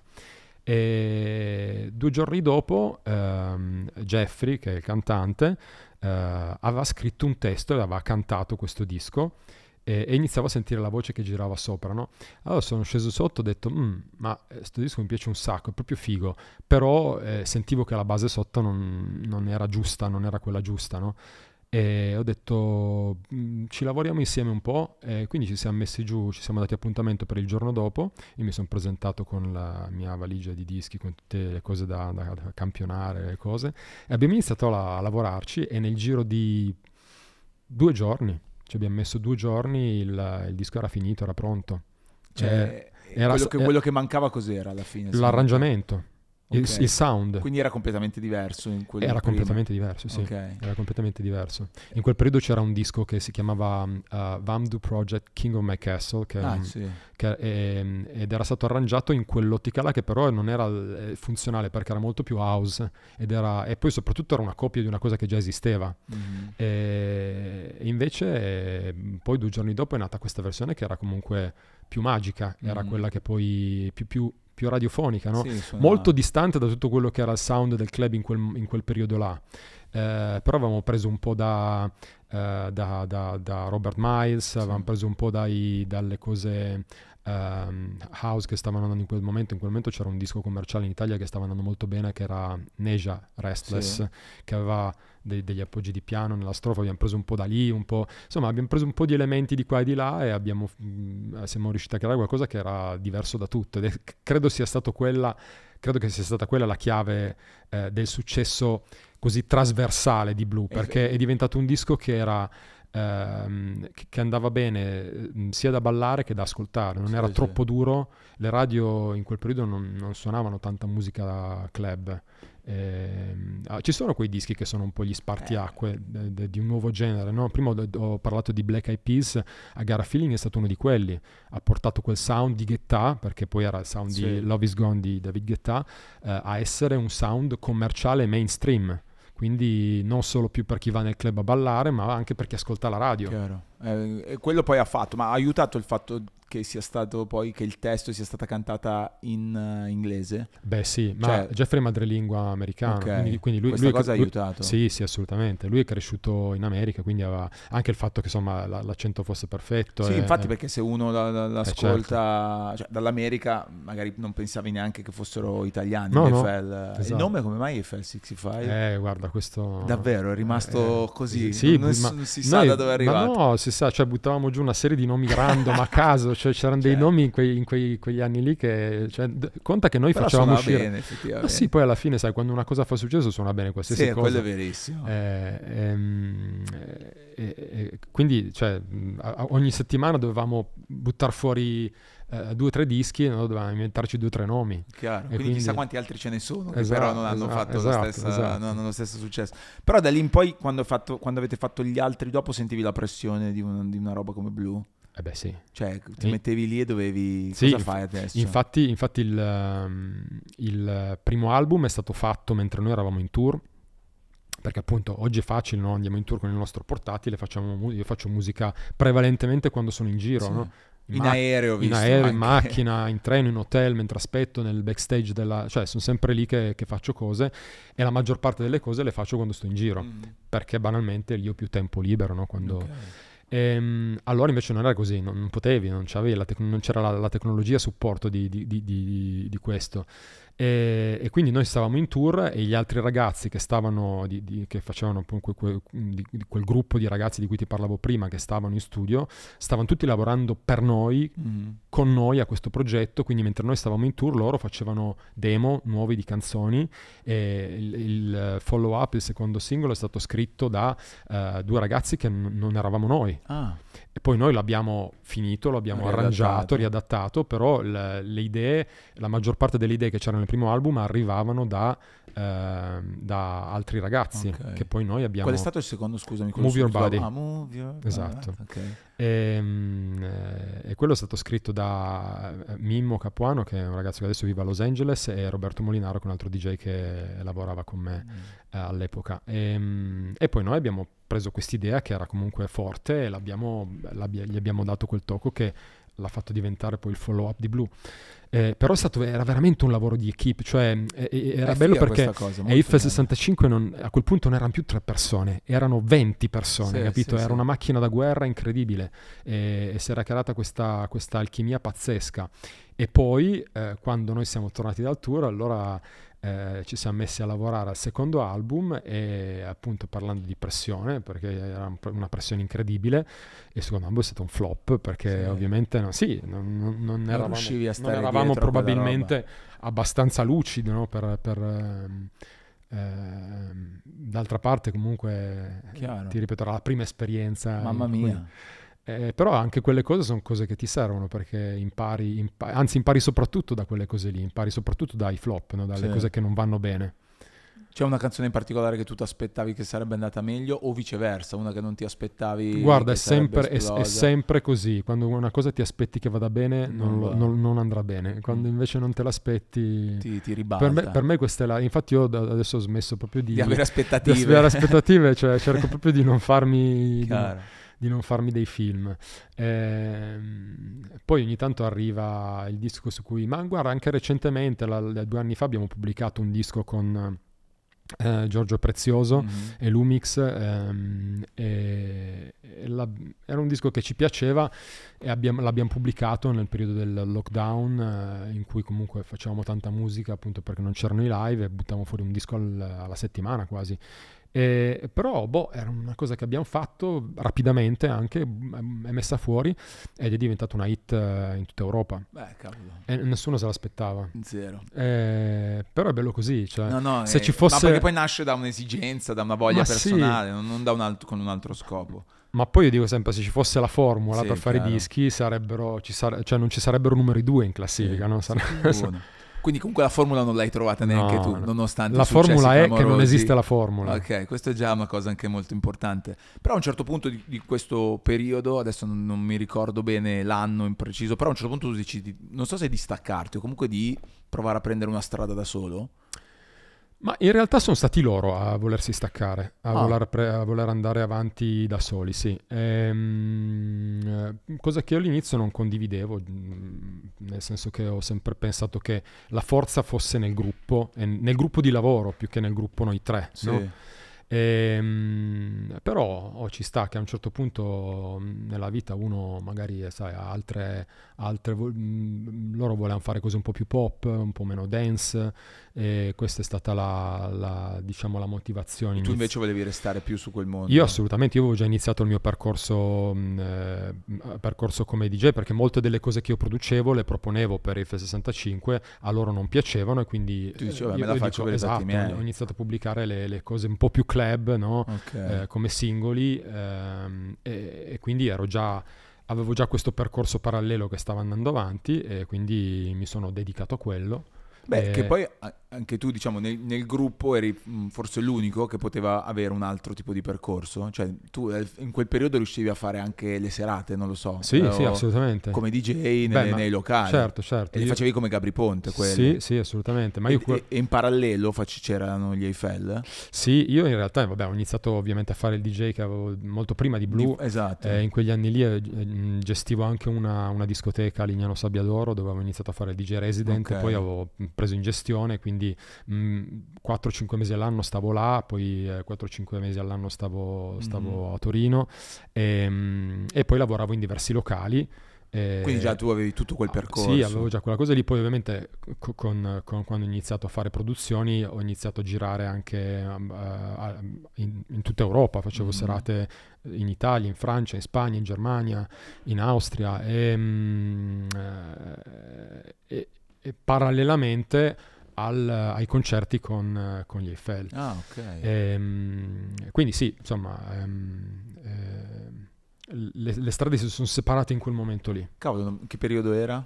E due giorni dopo ehm, Jeffrey, che è il cantante, eh, aveva scritto un testo e aveva cantato questo disco. E, e iniziavo a sentire la voce che girava sopra, no? Allora sono sceso sotto, ho detto ma questo disco mi piace un sacco, è proprio figo, però eh, sentivo che la base sotto non, non era giusta, non era quella giusta, no? E ho detto ci lavoriamo insieme un po', e quindi ci siamo messi giù, ci siamo dati appuntamento per il giorno dopo. Io mi sono presentato con la mia valigia di dischi, con tutte le cose da, da, da campionare, le cose, e abbiamo iniziato a, a lavorarci, e nel giro di due giorni, ci abbiamo messo due giorni, il, il disco era finito, era pronto. Cioè, eh, era, quello, che, quello che mancava cos'era alla fine? L'arrangiamento, okay. il, il sound. Quindi era completamente diverso in quel Era prima. completamente diverso, sì. Okay. Era completamente diverso. In quel periodo c'era un disco che si chiamava uh, Vamdu Project King of My Castle, che, ah, um, sì. che è, ed era stato arrangiato in quell'ottica là, che però non era eh, funzionale, perché era molto più house, ed era, e poi soprattutto era una copia di una cosa che già esisteva. Mm-hmm. E, e invece eh, poi due giorni dopo è nata questa versione che era comunque più magica, era mm-hmm. quella che poi più più più radiofonica, no? Sì, molto distante da tutto quello che era il sound del club in quel, in quel periodo là. Eh, però avevamo preso un po' da, eh, da, da, da Robert Miles, sì. Avevamo preso un po' dai, dalle cose um, house che stavano andando in quel momento. In quel momento c'era un disco commerciale in Italia che stava andando molto bene, che era Neja Restless, sì. Che aveva de- degli appoggi di piano nella strofa. Abbiamo preso un po' da lì, un po', insomma abbiamo preso un po' di elementi di qua e di là, e abbiamo, mh, siamo riusciti a creare qualcosa che era diverso da tutto, ed è, credo sia stato quella credo che sia stata quella la chiave eh, del successo così trasversale di Blue, perché è diventato un disco che era ehm, che andava bene sia da ballare che da ascoltare, non sì, era sì. troppo duro. Le radio in quel periodo non, non suonavano tanta musica club. Eh, ci sono quei dischi che sono un po' gli spartiacque de, de, di un nuovo genere, no? Prima ho, ho parlato di Black Eyed Peas, I Got a Feeling è stato uno di quelli, ha portato quel sound di Guetta, perché poi era il sound sì. di Love Is Gone di David Guetta, eh, a essere un sound commerciale mainstream, quindi non solo più per chi va nel club a ballare, ma anche per chi ascolta la radio. Chiaro. Eh, e quello poi ha fatto, ma ha aiutato il fatto che sia stato poi che il testo sia stata cantata in uh, inglese? Beh sì, ma cioè, Jeffrey è madrelingua americano, okay. quindi, quindi lui, questa lui, cosa lui, ha aiutato. Sì, sì, assolutamente. Lui è cresciuto in America, quindi aveva anche il fatto che insomma la, l'accento fosse perfetto. Sì, e, infatti eh. perché se uno la, la, l'ascolta eh certo. cioè, dall'America magari non pensavi neanche che fossero italiani. No, no, esatto. Il nome come mai Eiffel sessantacinque? Eh, guarda, questo... Davvero, è rimasto eh, così? Sì, non, ma non si sa noi, da dove è arrivato. Ma no, si sa, cioè buttavamo giù una serie di nomi random a caso, cioè c'erano cioè. dei nomi in, quei, in quei, quegli anni lì che... Cioè, d- conta che noi però facevamo uscire... bene, effettivamente. Ma sì, poi alla fine, sai, quando una cosa fa successo suona bene qualsiasi sì, cosa. Quello è verissimo. Eh, ehm, eh, eh, quindi, cioè, ogni settimana dovevamo buttare fuori Uh, due o tre dischi, no? Dovevamo inventarci due o tre nomi. Chiaro, quindi, quindi chissà quanti altri ce ne sono, che esatto, però non hanno esatto, fatto esatto, la stessa, esatto. non hanno lo stesso successo. Però da lì in poi, quando, fatto, quando avete fatto gli altri dopo, sentivi la pressione di, un, di una roba come Blue? Eh beh sì. Cioè ti e... mettevi lì e dovevi... Sì, cosa inf- fai adesso? Infatti, infatti il, um, il primo album è stato fatto mentre noi eravamo in tour, perché appunto oggi è facile, no? Andiamo in tour con il nostro portatile, facciamo, io faccio musica prevalentemente quando sono in giro, sì. no? In, in ma- aereo, in, aereo in macchina, in treno, in hotel, mentre aspetto nel backstage della... cioè sono sempre lì che, che faccio cose, e la maggior parte delle cose le faccio quando sto in giro, mm. perché banalmente lì ho più tempo libero, no? Quando... Okay. Ehm, allora invece non era così, non, non potevi, non, c'avevi la tec- non c'era la, la tecnologia a supporto di, di, di, di, di questo. E, e quindi noi stavamo in tour e gli altri ragazzi che stavano, di, di, che facevano appunto quel, di, di quel gruppo di ragazzi di cui ti parlavo prima, che stavano in studio, stavano tutti lavorando per noi, mm. con noi a questo progetto, quindi mentre noi stavamo in tour loro facevano demo nuovi di canzoni e il, il follow up, il secondo singolo è stato scritto da uh, due ragazzi che n- non eravamo noi. Ah. E poi noi l'abbiamo finito, lo abbiamo riadattato. arrangiato, riadattato, però le, le idee, la maggior parte delle idee che c'erano nel primo album arrivavano da, eh, da altri ragazzi, okay. che poi noi abbiamo... Qual è stato il secondo, scusami? Move Your Body. Ah, Move Your Body. Esatto. Okay. E, e quello è stato scritto da Mimmo Capuano, che è un ragazzo che adesso vive a Los Angeles, e Roberto Molinaro, che è un altro D J che lavorava con me mm. eh, all'epoca. E, e poi noi abbiamo preso quest'idea che era comunque forte e l'abbiamo, gli abbiamo dato quel tocco che l'ha fatto diventare poi il follow up di Blue. Eh, però è stato, era veramente un lavoro di equipe, cioè eh, era è bello perché E I F sessantacinque non, a quel punto non erano più tre persone, erano venti persone, sì, capito? Sì, era sì. una macchina da guerra incredibile e, e si era creata questa, questa alchimia pazzesca. E poi eh, quando noi siamo tornati dal tour, allora eh, ci siamo messi a lavorare al secondo album e appunto parlando di pressione, perché era una pressione incredibile, e il secondo album è stato un flop perché sì. ovviamente no, sì, non, non, non eravamo, a non eravamo probabilmente abbastanza lucidi, no? per... per ehm, ehm, d'altra parte comunque Chiaro. ti ripeto, era la prima esperienza. Mamma mia. Cui, Eh, però anche quelle cose sono cose che ti servono perché impari, impa- anzi impari soprattutto da quelle cose lì, impari soprattutto dai flop, no? dalle sì. cose che non vanno bene. C'è una canzone in particolare che tu ti aspettavi che sarebbe andata meglio o viceversa, una che non ti aspettavi? Guarda, è sempre, è, è sempre così, quando una cosa ti aspetti che vada bene non, non, non, non andrà bene, quando invece non te l'aspetti ti, ti ribalta. Per me, per me questa è la... infatti io adesso ho smesso proprio di, di avere aspettative, di avere aspettative, cioè cerco proprio di non farmi... di non farmi dei film. Eh, poi ogni tanto arriva il disco su cui, ma guarda, anche recentemente, la, la, due anni fa abbiamo pubblicato un disco con eh, Giorgio Prezioso mm-hmm. e Lumix, ehm, e, e la, era un disco che ci piaceva e abbiamo, l'abbiamo pubblicato nel periodo del lockdown, eh, in cui comunque facevamo tanta musica appunto perché non c'erano i live e buttavamo fuori un disco al, alla settimana quasi. E, però boh, era una cosa che abbiamo fatto rapidamente, anche è messa fuori ed è diventata una hit in tutta Europa. Beh, cavolo. E nessuno se l'aspettava. Zero. E, però è bello così, cioè, no, no, se eh, ci fosse... ma perché poi nasce da un'esigenza, da una voglia ma personale, sì. non, non da un altro, con un altro scopo. Ma poi io dico sempre, se ci fosse la formula sì, per fare chiaro. i dischi sarebbero, ci sare- cioè non ci sarebbero numeri due in classifica, sì, no? Sare- sì, Quindi comunque la formula non l'hai trovata neanche no, tu, no. nonostante la i successi formula è clamorosi. che non esiste la formula. Ok, questo è già una cosa anche molto importante. Però a un certo punto di, di questo periodo, adesso non, non mi ricordo bene l'anno in preciso, però a un certo punto tu decidi, non so se di staccarti o comunque di provare a prendere una strada da solo. Ma in realtà sono stati loro a volersi staccare, a, ah. voler, pre- a voler andare avanti da soli, sì. Ehm, cosa che io all'inizio non condividevo, nel senso che ho sempre pensato che la forza fosse nel gruppo, nel gruppo di lavoro più che nel gruppo noi tre, sì. no? Ehm, però oh, ci sta che a un certo punto nella vita uno magari sai, ha altre, altre vo- mh, loro volevano fare cose un po' più pop, un po' meno dance, e questa è stata la, la diciamo la motivazione. Tu invece volevi restare più su quel mondo? Io assolutamente, io avevo già iniziato il mio percorso eh, percorso come D J, perché molte delle cose che io producevo le proponevo per il F sessantacinque, a loro non piacevano e quindi tu dicevi, io, me la io faccio dico, per esatto, miei. ho iniziato a pubblicare le, le cose un po' più club, no? Okay. Eh, come singoli ehm, e, e quindi ero già avevo già questo percorso parallelo che stava andando avanti e quindi mi sono dedicato a quello. Beh, e... che poi anche tu, diciamo, nel, nel gruppo eri forse l'unico che poteva avere un altro tipo di percorso. Cioè, tu in quel periodo riuscivi a fare anche le serate, non lo so. Sì, eh, sì, assolutamente. Come D J nei, Beh, nei locali. Certo, certo. E li io... facevi come Gabri Ponte, quelli. Sì, sì, assolutamente. Ma io... e, e in parallelo fac- c'erano gli Eiffel? Sì, io in realtà, vabbè, ho iniziato ovviamente a fare il D J che avevo molto prima di Blue. Di... Esatto. Eh, in quegli anni lì eh, gestivo anche una, una discoteca a Lignano Sabbiadoro dove avevo iniziato a fare il D J resident, okay. Poi avevo preso in gestione, quindi mh, quattro cinque mesi all'anno stavo là, poi eh, quattro cinque mesi all'anno stavo, stavo mm. a Torino e, mh, e poi lavoravo in diversi locali E... Quindi già tu avevi tutto quel percorso. Sì, avevo già quella cosa lì. Poi ovviamente con, con, con, quando ho iniziato a fare produzioni ho iniziato a girare anche uh, in, in tutta Europa. Facevo mm. serate in Italia, in Francia, in Spagna, in Germania, in Austria e, um, e, e parallelamente al, ai concerti con, con gli Eiffel. Ah, ok. E, um, quindi sì, insomma... Um, eh, Le, le strade si sono separate in quel momento lì. Cavolo, che periodo era?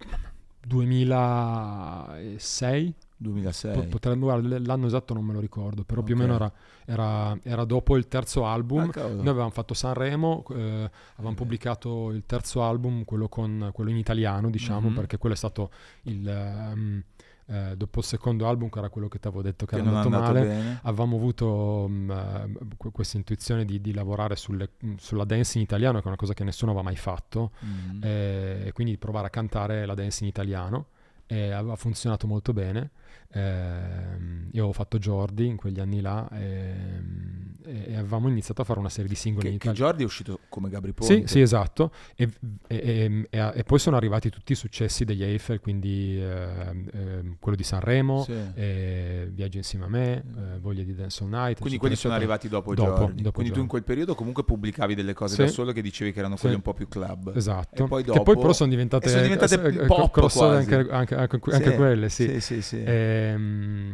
duemilasei duemilasei Potremmo, guarda, l'anno esatto non me lo ricordo, però okay. più o meno era, era, era dopo il terzo album. Ah, noi avevamo fatto Sanremo, eh, avevamo okay. pubblicato il terzo album, quello, con, quello in italiano, diciamo, mm-hmm. perché quello è stato il... Um, Eh, dopo il secondo album, che era quello che ti avevo detto che, che era andato, andato male, bene. Avevamo avuto um, uh, questa intuizione di, di lavorare sulle, sulla dance in italiano, che è una cosa che nessuno aveva mai fatto, mm. e eh, quindi provare a cantare la dance in italiano, e aveva funzionato molto bene. Eh, io avevo fatto Jordi in quegli anni là e, e avevamo iniziato a fare una serie di singoli. Che, in che Jordi è uscito come Gabri Ponte? Sì, sì, esatto. E, e, e, e poi sono arrivati tutti i successi degli Eiffel, quindi eh, eh, quello di Sanremo, sì. eh, Viaggio insieme a me, eh, Voglia di Dance All Night. Quindi quelli sono arrivati dopo, dopo Jordi. Dopo quindi Jordi. Tu in quel periodo comunque pubblicavi delle cose sì. da solo, che dicevi che erano quelli sì. un po' più club. Esatto. E poi dopo... Che poi però sono diventate, sono diventate eh, pop crossover anche, anche, anche, sì. anche quelle, sì. Sì, sì, sì. Ehm,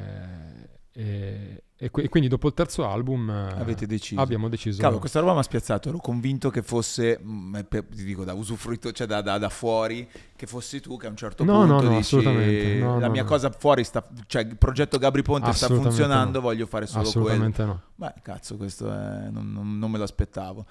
E, e, e quindi dopo il terzo album avete deciso abbiamo deciso. Cavolo, questa roba mi ha spiazzato. Ero convinto che fosse mh, per, ti dico da usufruito, cioè da, da, da fuori, che fossi tu che a un certo no, punto no, no, dici assolutamente no, la no, mia no. cosa fuori sta, cioè il progetto Gabri Ponte sta funzionando, no. voglio fare solo assolutamente quello. No. Beh, cazzo, questo è, non, non, non me lo aspettavo.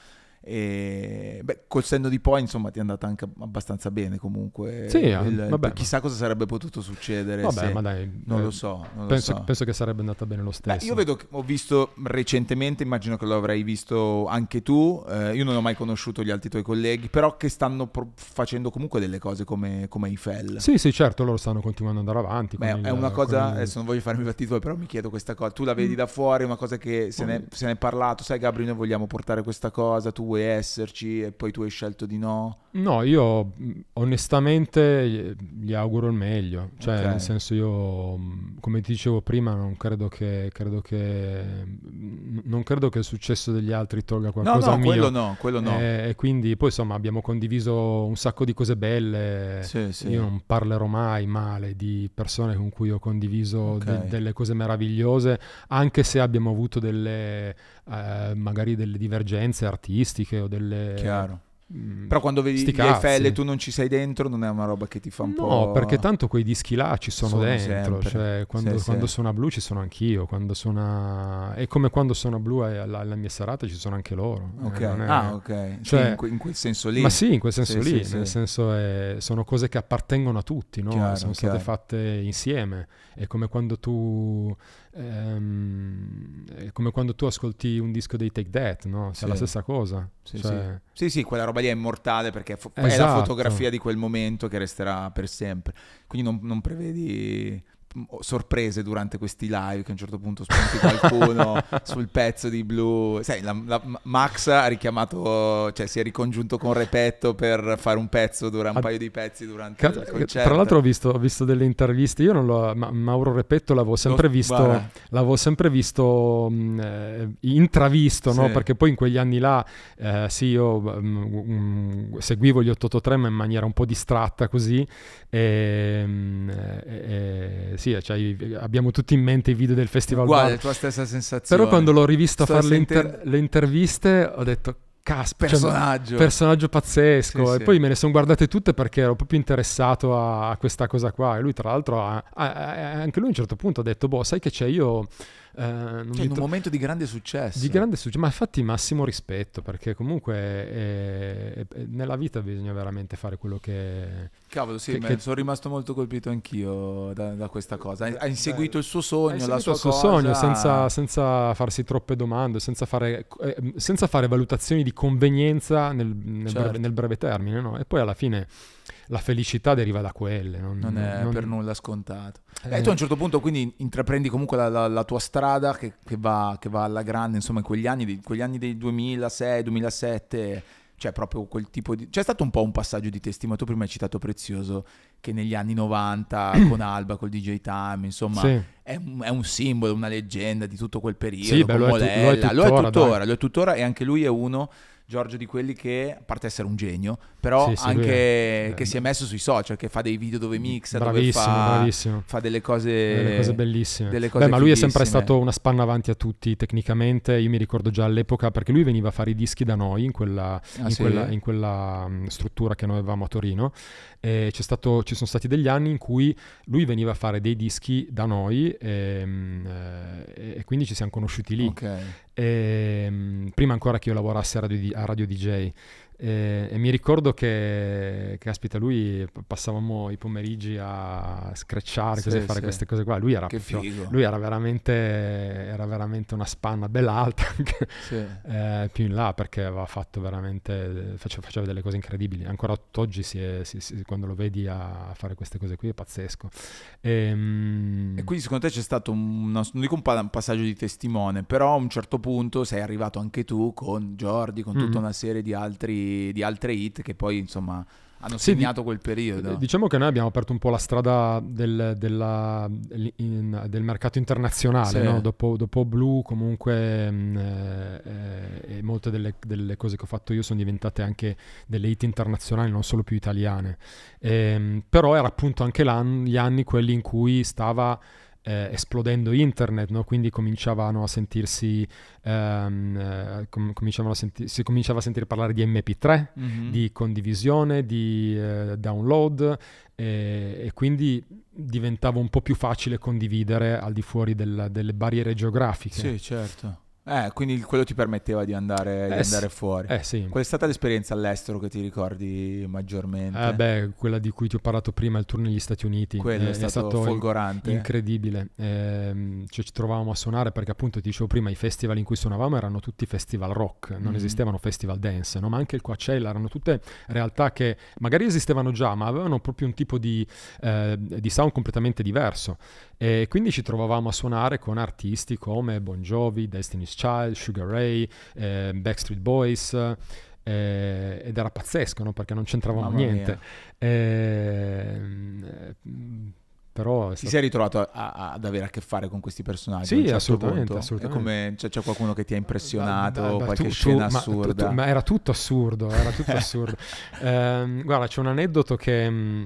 E beh, col senno di poi insomma ti è andata anche abbastanza bene comunque. Sì, il, vabbè, chissà cosa sarebbe potuto succedere. Vabbè, se, ma dai, non eh, lo so, non penso, lo so. penso che sarebbe andata bene lo stesso. Beh, io vedo, ho visto recentemente, immagino che lo avrai visto anche tu, eh, io non ho mai conosciuto gli altri tuoi colleghi, però che stanno pro- facendo comunque delle cose come, come Eiffel. Sì, sì, certo, loro stanno continuando ad andare avanti. Beh, il, è una cosa, il... adesso non voglio farmi battito, però mi chiedo questa cosa, tu la vedi da fuori, è una cosa che se ne, se ne è parlato, sai Gabri, noi vogliamo portare questa cosa, tu vuoi esserci, e poi tu hai scelto di no? No, io onestamente gli auguro il meglio, cioè okay. nel senso, io come ti dicevo prima non credo che credo che non credo che il successo degli altri tolga qualcosa no, no, a mio. quello no, quello no. E, e quindi poi insomma abbiamo condiviso un sacco di cose belle. Sì, sì. Io non parlerò mai male di persone con cui ho condiviso okay. de- delle cose meravigliose, anche se abbiamo avuto delle eh, magari delle divergenze artistiche o delle... Chiaro. Però quando vedi gli Eiffel e tu non ci sei dentro, non è una roba che ti fa un no, po'... No, perché tanto quei dischi là ci sono, sono dentro, cioè quando, sì, quando sì. suona blu ci sono anch'io, quando suona... è come quando suona blu alla, alla mia serata ci sono anche loro. Ok, eh, è... ah ok, cioè... sì, in, que- in quel senso lì. Ma sì, in quel senso sì, lì, sì, nel sì. senso è... sono cose che appartengono a tutti, no? Chiaro, sono chiaro. state fatte insieme, è come quando tu... Ehm, è come quando tu ascolti un disco dei Take That, no? C'è sì. la stessa cosa. Sì, cioè... sì. sì, sì, quella roba lì è immortale perché fo- esatto. è la fotografia di quel momento che resterà per sempre. Quindi non, non prevedi sorprese durante questi live che a un certo punto spunti qualcuno sul pezzo di Blue. Sai, la, la, Max ha richiamato, cioè si è ricongiunto con Repetto per fare un pezzo durante un paio di pezzi durante Cat- il concerto. Tra l'altro ho visto, ho visto delle interviste, io non l'ho, ma Mauro Repetto l'avevo sempre Lo, visto guarda. l'avevo sempre visto mh, intravisto, sì. no? Perché poi in quegli anni là eh, sì, io mh, mh, seguivo gli otto otto tre ma in maniera un po' distratta così e, e, e sì, cioè, abbiamo tutti in mente i video del festival. Uguale, la tua stessa sensazione. Però quando l'ho rivisto Sto a fare le, sentendo... inter- le interviste ho detto caspita, personaggio cioè, personaggio pazzesco. Sì, e sì. poi me ne sono guardate tutte perché ero proprio interessato a, a questa cosa qua. E lui tra l'altro ha, ha, ha, anche lui a un certo punto ha detto boh, sai che c'è, io eh, non cioè, in tro- un momento di grande successo di grande successo, ma infatti massimo rispetto, perché comunque è, è, è, nella vita bisogna veramente fare quello che cavolo sì, che, che... sono rimasto molto colpito anch'io da, da questa cosa. Ha inseguito il suo sogno, la sua il suo cosa sogno senza, senza farsi troppe domande, senza fare, eh, senza fare valutazioni di convenienza nel, nel, certo. breve, nel breve termine, no? E poi alla fine la felicità deriva da quelle, non, non è non... per nulla scontato. Eh. E tu a un certo punto quindi intraprendi comunque la, la, la tua strada che, che, va, che va alla grande, insomma in quegli anni, quegli anni del duemilasei duemilasette cioè proprio quel tipo di... C'è stato un po' un passaggio di testimone, tu prima hai citato Prezioso, che negli anni novanta con Alba, col D J Time, insomma, sì. è, un, è un simbolo, una leggenda di tutto quel periodo, sì, beh, con lo, Molella, è tu, lo è tuttora, tuttora, lo è tuttora, e anche lui è uno... Giorgio di quelli che, a parte essere un genio, però sì, sì, anche è, che eh, si è messo sui social, che fa dei video dove mixa, bravissimo, dove fa, bravissimo. fa delle cose, delle cose bellissime. Delle cose Beh, ma lui fighissime. è sempre stato una spanna avanti a tutti tecnicamente. Io mi ricordo già all'epoca, perché lui veniva a fare i dischi da noi in quella, ah, in sì? quella, in quella um, struttura che noi avevamo a Torino. E c'è stato, ci sono stati degli anni in cui lui veniva a fare dei dischi da noi e, e, e quindi ci siamo conosciuti lì. Okay. E, prima ancora che io lavorassi a Radio, a Radio D J. E, e mi ricordo che, caspita, lui passavamo i pomeriggi a screcciare, sì, così, a fare sì. queste cose qua. Lui era, proprio, lui era veramente era veramente una spanna bella alta anche, sì. eh, più in là, perché aveva fatto veramente faceva, faceva delle cose incredibili. Ancora oggi si è, si, si, quando lo vedi a fare queste cose qui è pazzesco. E, um... e quindi secondo te c'è stato un, non dico un, un passaggio di testimone, però a un certo punto sei arrivato anche tu con Jordi, con tutta mm-hmm. una serie di altri di altre hit che poi insomma hanno sì, segnato di, quel periodo. Diciamo che noi abbiamo aperto un po' la strada del, della, in, del mercato internazionale, sì. no? dopo, dopo Blue comunque mh, eh, e molte delle, delle cose che ho fatto io sono diventate anche delle hit internazionali, non solo più italiane. E, però era appunto anche gli anni quelli in cui stava Eh, esplodendo internet, no? Quindi cominciavano a sentirsi ehm, eh, com- cominciavano a senti- si cominciava a sentire parlare di emme pi tre, mm-hmm. di condivisione, di eh, download e-, e quindi diventava un po' più facile condividere al di fuori del- delle barriere geografiche. Sì, certo. Eh, quindi quello ti permetteva di andare, di eh, andare sì. fuori. Eh, sì. Qual è stata l'esperienza all'estero che ti ricordi maggiormente? Eh, beh, quella di cui ti ho parlato prima, il tour negli Stati Uniti. Quello eh, è, stato è stato folgorante. Incredibile. Eh, cioè, ci trovavamo a suonare perché appunto ti dicevo prima, i festival in cui suonavamo erano tutti festival rock, non mm. esistevano festival dance, no? Ma anche il Coachella erano tutte realtà che magari esistevano già, ma avevano proprio un tipo di, eh, di sound completamente diverso. E quindi ci trovavamo a suonare con artisti come Bon Jovi, Destiny's Child, Sugar Ray, eh, Backstreet Boys, eh, ed era pazzesco, no? Perché non c'entravamo Mamma niente. Eh, però ti sei ritrovato a, a, ad avere a che fare con questi personaggi? Sì, certo assolutamente, assolutamente. È come, cioè, c'è qualcuno che ti ha impressionato, ma, ma, qualche tu, scena tu, assurda? Ma, tu, ma era tutto assurdo, era tutto assurdo. Eh, guarda, c'è un aneddoto che...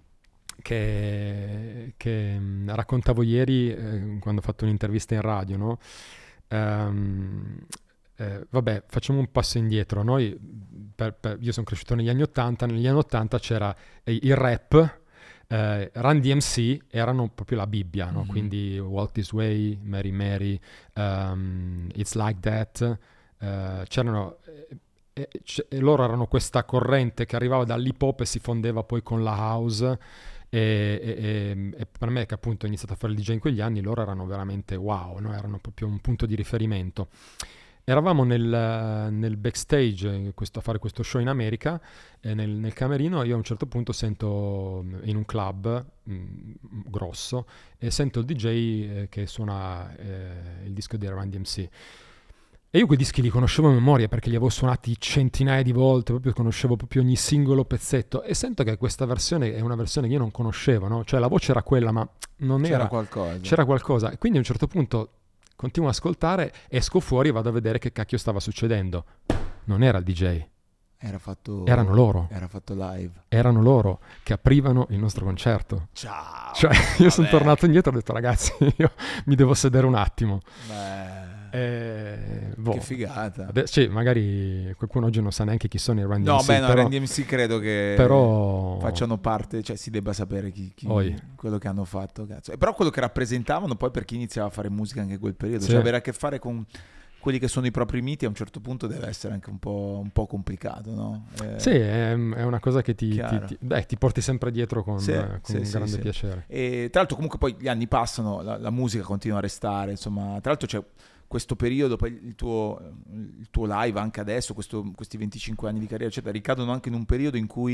Che, che raccontavo ieri eh, quando ho fatto un'intervista in radio, no? Um, eh, vabbè, facciamo un passo indietro. Noi, per, per, io sono cresciuto negli anni ottanta, negli anni ottanta c'era eh, il rap, eh, Run D M C erano proprio la Bibbia, no? Mm-hmm. Quindi Walk This Way, Mary Mary, um, It's Like That, uh, c'erano... E, e loro erano questa corrente che arrivava dall'hip hop e si fondeva poi con la house. E, e, e per me, che appunto ho iniziato a fare il D J in quegli anni, loro erano veramente wow, no? Erano proprio un punto di riferimento. Eravamo nel, nel backstage questo, a fare questo show in America, e nel, nel camerino io a un certo punto sento in un club mh, grosso e sento il D J eh, che suona eh, il disco di Run D M C. E io quei dischi li conoscevo a memoria perché li avevo suonati centinaia di volte, proprio conoscevo proprio ogni singolo pezzetto, e sento che questa versione è una versione che io non conoscevo, no? Cioè la voce era quella, ma non c'era era... qualcosa. C'era qualcosa. E quindi a un certo punto continuo ad ascoltare, esco fuori e vado a vedere che cacchio stava succedendo. Non era il D J. Era fatto... Erano loro. Era fatto live. Erano loro che aprivano il nostro concerto. Ciao! Cioè io sono tornato indietro e ho detto ragazzi, io mi devo sedere un attimo. Beh... Eh, boh. Che figata. Adesso, sì, magari qualcuno oggi non sa neanche chi sono i Run D M C. No, beh, no, però, Run D M C credo che però... facciano parte, cioè si debba sapere chi, chi quello che hanno fatto, cazzo. E però quello che rappresentavano poi per chi iniziava a fare musica anche in quel periodo, sì. Cioè avere a che fare con quelli che sono i propri miti a un certo punto deve essere anche un po', un po' complicato, no? Eh, sì, è, è una cosa che ti, ti, ti, beh, ti porti sempre dietro con, sì, con sì, un sì, grande sì. piacere. E tra l'altro comunque poi gli anni passano, la, la musica continua a restare, insomma, tra l'altro c'è questo periodo, poi il tuo, il tuo live anche adesso, questo, questi venticinque anni di carriera eccetera, ricadono anche in un periodo in cui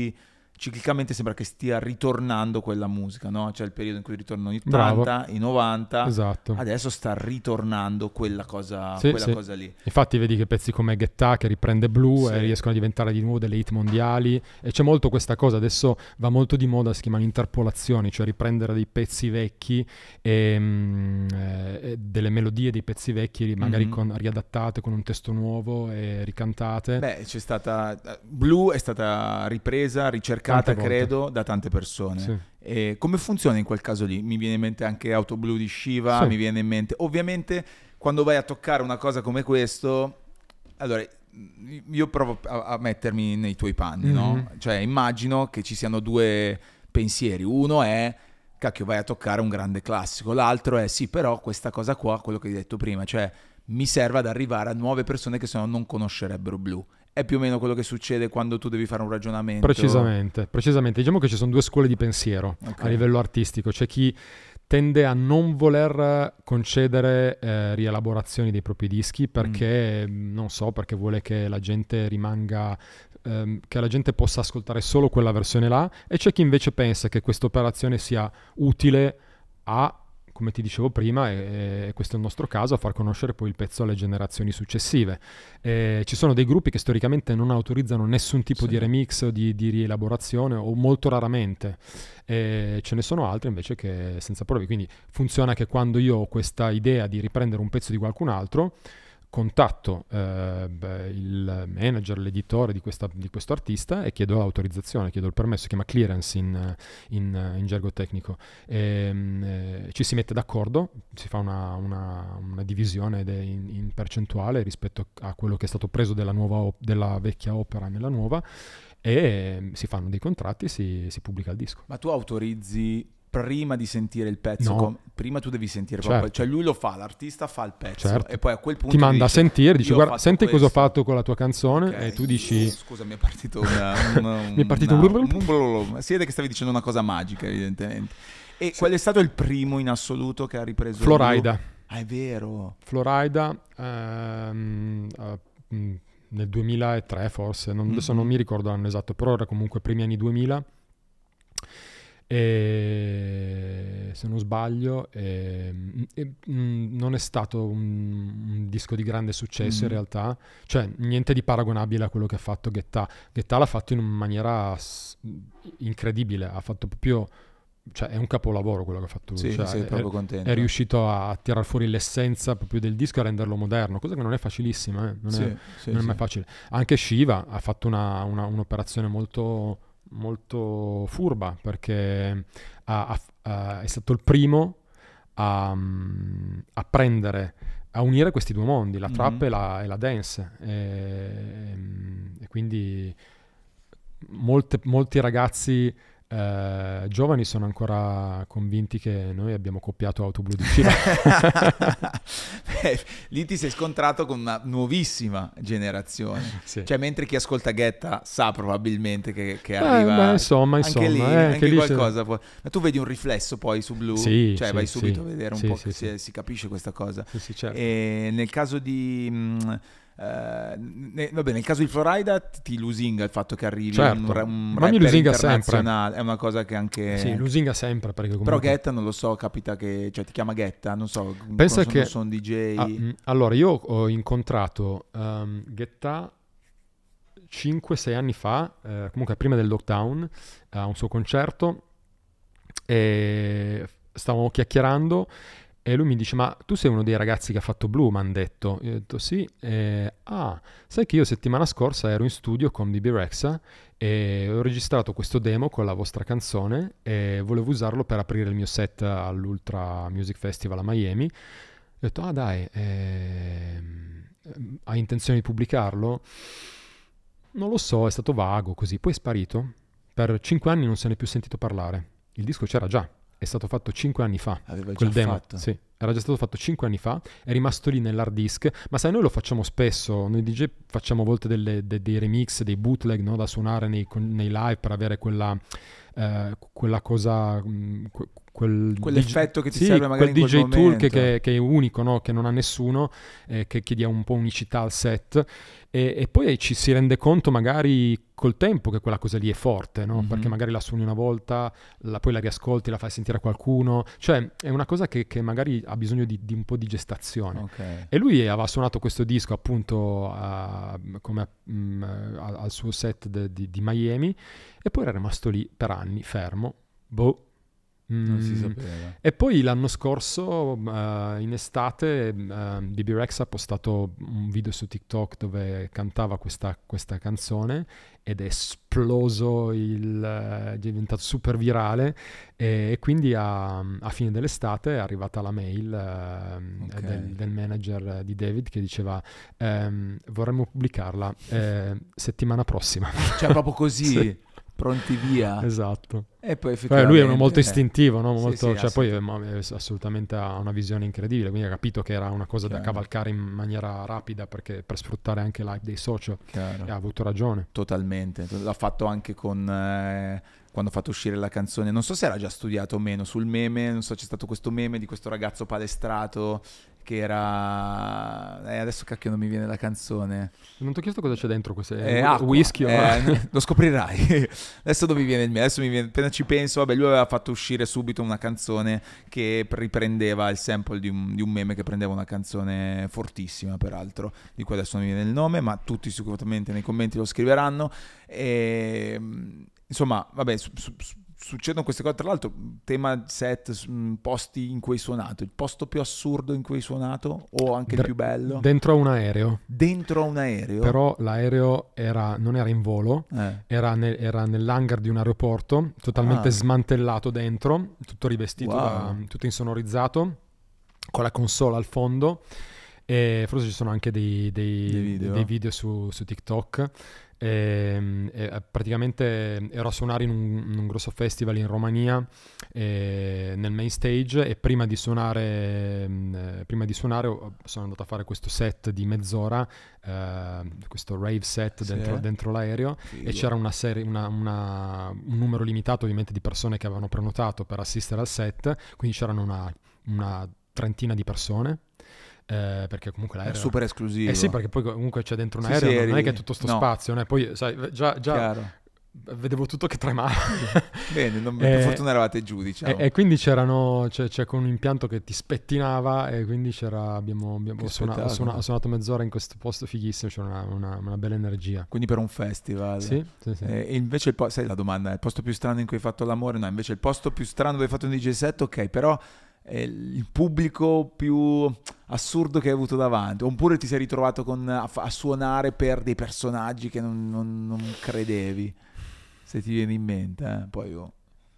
ciclicamente sembra che stia ritornando quella musica, no? C'è il periodo in cui ritornano i ottanta, i novanta, esatto. Adesso sta ritornando quella cosa, sì, quella sì. cosa lì. Infatti vedi che pezzi come Get Ta che riprende Blue sì. e riescono a diventare di nuovo delle hit mondiali, e c'è molto questa cosa, adesso va molto di moda, si chiamano interpolazioni, cioè riprendere dei pezzi vecchi e, mh, e delle melodie dei pezzi vecchi magari mm-hmm. con, riadattate con un testo nuovo e ricantate. Beh, c'è stata Blue è stata ripresa, ricercata credo da tante persone. Sì. E come funziona in quel caso lì? Mi viene in mente anche Auto Blue di Shiva, sì. mi viene in mente ovviamente quando vai a toccare una cosa come questo, allora io provo a, a mettermi nei tuoi panni, mm-hmm. no? Cioè immagino che ci siano due pensieri, uno è cacchio vai a toccare un grande classico, l'altro è sì però questa cosa qua, quello che hai detto prima, cioè mi serve ad arrivare a nuove persone che se no non conoscerebbero Blue. È più o meno quello che succede quando tu devi fare un ragionamento. Precisamente, precisamente. Diciamo che ci sono due scuole di pensiero okay. a livello artistico. C'è chi tende a non voler concedere eh, rielaborazioni dei propri dischi perché, mm. non so, perché vuole che la gente rimanga, ehm, che la gente possa ascoltare solo quella versione là, e c'è chi invece pensa che questa operazione sia utile a, come ti dicevo prima, e, e questo è il nostro caso, a far conoscere poi il pezzo alle generazioni successive. E ci sono dei gruppi che storicamente non autorizzano nessun tipo sì. di remix o di, di rielaborazione, o molto raramente. E ce ne sono altri invece che senza prove. Quindi funziona che quando io ho questa idea di riprendere un pezzo di qualcun altro, contatto eh, beh, il manager, l'editore di, questa, di questo artista e chiedo l'autorizzazione, chiedo il permesso, si chiama clearance in, in, in gergo tecnico, e, eh, ci si mette d'accordo, si fa una, una, una divisione de, in, in percentuale rispetto a quello che è stato preso della, nuova, della vecchia opera nella nuova, e si fanno dei contratti e si, si pubblica il disco. Ma tu autorizzi prima di sentire il pezzo? No. Com- prima tu devi sentire certo. proprio, cioè lui lo fa, l'artista fa il pezzo certo. e poi a quel punto ti manda dice, a sentire, dice guarda senti questo. cosa ho fatto con la tua canzone, okay. e tu dici scusa mi è partito una, una, un, mi è partito una, un... si vede che stavi dicendo una cosa magica evidentemente. E sì. qual è stato il primo in assoluto che ha ripreso? Florida. Ah, è vero. Florida ehm, uh, nel duemilatré forse, non, mm-hmm. adesso non mi ricordo l'anno esatto, però era comunque primi anni duemila, e se non sbaglio e, e, mh, non è stato un, un disco di grande successo mm-hmm. in realtà, cioè niente di paragonabile a quello che ha fatto Get Ta. Get Ta l'ha fatto in maniera s- incredibile, ha fatto proprio, cioè è un capolavoro quello che ha fatto lui, sì, cioè, sei è, proprio contento. È riuscito a tirar fuori l'essenza proprio del disco e a renderlo moderno, cosa che non è facilissima, eh? non, sì, è, sì, non sì. è mai facile. Anche Shiva ha fatto una, una, un'operazione molto molto furba, perché ha, ha, ha, è stato il primo a, a prendere, a unire questi due mondi, la trap mm-hmm. e, la, e la dance, e, e quindi molte, molti ragazzi eh, giovani sono ancora convinti che noi abbiamo copiato Auto Blue di Shiva. Beh, lì ti sei scontrato con una nuovissima generazione, sì. cioè mentre chi ascolta Get Ta sa probabilmente che, che eh, arriva beh, insomma, anche insomma, lì, eh, anche anche lì qualcosa può... ma tu vedi un riflesso poi su Blue, sì, cioè sì, vai subito sì. a vedere un sì, po' sì, che sì. si, si capisce questa cosa sì, sì, certo. E nel caso di mh, Uh, ne, vabbè, nel caso di Florida ti lusinga il fatto che arrivi certo. un, un ma mi rapper lusinga internazionale sempre. È una cosa che anche sì, lusinga sempre perché comunque... però Get Ta non lo so, capita che cioè ti chiama Get Ta, non so, pensa che sono D J. Ah, mh, allora io ho incontrato um, Get Ta cinque sei anni fa, eh, comunque prima del lockdown, a un suo concerto, e stavamo chiacchierando e lui mi dice ma tu sei uno dei ragazzi che ha fatto Blue, mi hanno detto. Io ho detto sì. E, ah, sai che io settimana scorsa ero in studio con B B Rexha e ho registrato questo demo con la vostra canzone e volevo usarlo per aprire il mio set all'Ultra Music Festival a Miami. Ho detto ah dai, ehm, hai intenzione di pubblicarlo? Non lo so, è stato vago così, poi è sparito. Per cinque anni non se ne è più sentito parlare. Il disco c'era già. È stato fatto cinque anni fa. Aveva quel già demo. fatto. Sì, era già stato fatto cinque anni fa, è rimasto lì nell'hard disk, ma sai, noi lo facciamo spesso, noi D J facciamo a volte delle, de, dei remix, dei bootleg, no, da suonare nei, nei live per avere quella, eh, quella cosa, mh, quel quell'effetto dig- che ti sì, serve magari quel in quel D J tool che, momento. che, che è unico, no? Che non ha nessuno, eh, che, che dia un po' unicità al set, e, e poi ci si rende conto magari col tempo che quella cosa lì è forte, no? Mm-hmm. Perché magari la suoni una volta, la, poi la riascolti, la fai sentire a qualcuno, cioè è una cosa che, che magari ha bisogno di, di un po' di gestazione. Okay. E lui aveva suonato questo disco appunto a, come mh, a, al suo set de, di, di Miami, e poi era rimasto lì per anni fermo, boh. Non Mm. si sapeva. E poi l'anno scorso, uh, in estate, uh, B B Rex ha postato un video su TikTok dove cantava questa, questa canzone, ed è esploso, il, uh, è diventato super virale, e, e quindi a, a fine dell'estate è arrivata la mail uh, Okay. del, del manager di David che diceva ehm, vorremmo pubblicarla eh, settimana prossima. Cioè proprio così, Sì. pronti via. Esatto. E poi Poi effettivamente lui è uno molto istintivo, no? Sì, Molto, sì, cioè poi è, è assolutamente ha una visione incredibile, quindi ha capito che era una cosa Chiaro. da cavalcare in maniera rapida, perché per sfruttare anche l'hype dei social, Chiaro. e ha avuto ragione. Totalmente, l'ha fatto anche con eh, quando ha fatto uscire la canzone, non so se era già studiato o meno sul meme, non so, c'è stato questo meme di questo ragazzo palestrato che era eh, adesso cacchio non mi viene la canzone. Non ti ho chiesto cosa c'è dentro questo, Eh, è acqua. whisky o Eh, lo scoprirai. Adesso non mi viene il mio, adesso mi viene, appena ci penso, vabbè, lui aveva fatto uscire subito una canzone che riprendeva il sample di un, di un meme che prendeva una canzone fortissima, peraltro, di cui adesso non mi viene il nome, ma tutti sicuramente nei commenti lo scriveranno. E, insomma, vabbè, su, su, succedono queste cose. Tra l'altro, tema set, posti in cui hai suonato, il posto più assurdo in cui hai suonato o anche D- il più bello? Dentro a un aereo. Dentro a un aereo? Però l'aereo era, non era in volo, Eh. era, ne- era nell'hangar di un aeroporto, totalmente Ah. smantellato dentro, tutto rivestito, Wow. da, tutto insonorizzato, con la console al fondo, e forse ci sono anche dei, dei- Dei video. dei video su, su TikTok. E, e praticamente ero a suonare in un, in un grosso festival in Romania, e nel main stage, e prima di suonare mh, prima di suonare ho- sono andato a fare questo set di mezz'ora, eh, questo rave set Sì. dentro, dentro l'aereo. Figo. E c'era una serie, una, una- un numero limitato ovviamente di persone che avevano prenotato per assistere al set, quindi c'erano una, una trentina di persone. Eh, perché comunque È l'aereo super esclusivo. eh sì, perché poi comunque c'è dentro un Sì, aereo, sì, non eri- è che è tutto sto no. spazio, né? Poi sai, già, già Chiaro. vedevo tutto che tremava. Bene, non, Eh, per fortuna eravate giù, diciamo. E, e quindi c'erano, c'è, c'è con un impianto che ti spettinava, e quindi c'era, abbiamo, abbiamo Che suonato, ho spettacolo. suonato, ho suonato mezz'ora in questo posto fighissimo, c'era una, una, una bella energia. Quindi per un festival. Sì, sì, sì. Eh, e invece il po- sai la domanda è il posto più strano in cui hai fatto l'amore? No, invece il posto più strano dove hai fatto un D J set, ok, però eh, il pubblico più assurdo che hai avuto davanti, oppure ti sei ritrovato con, a, fa- a suonare per dei personaggi che non, non- non credevi, se ti viene in mente, eh. Poi oh.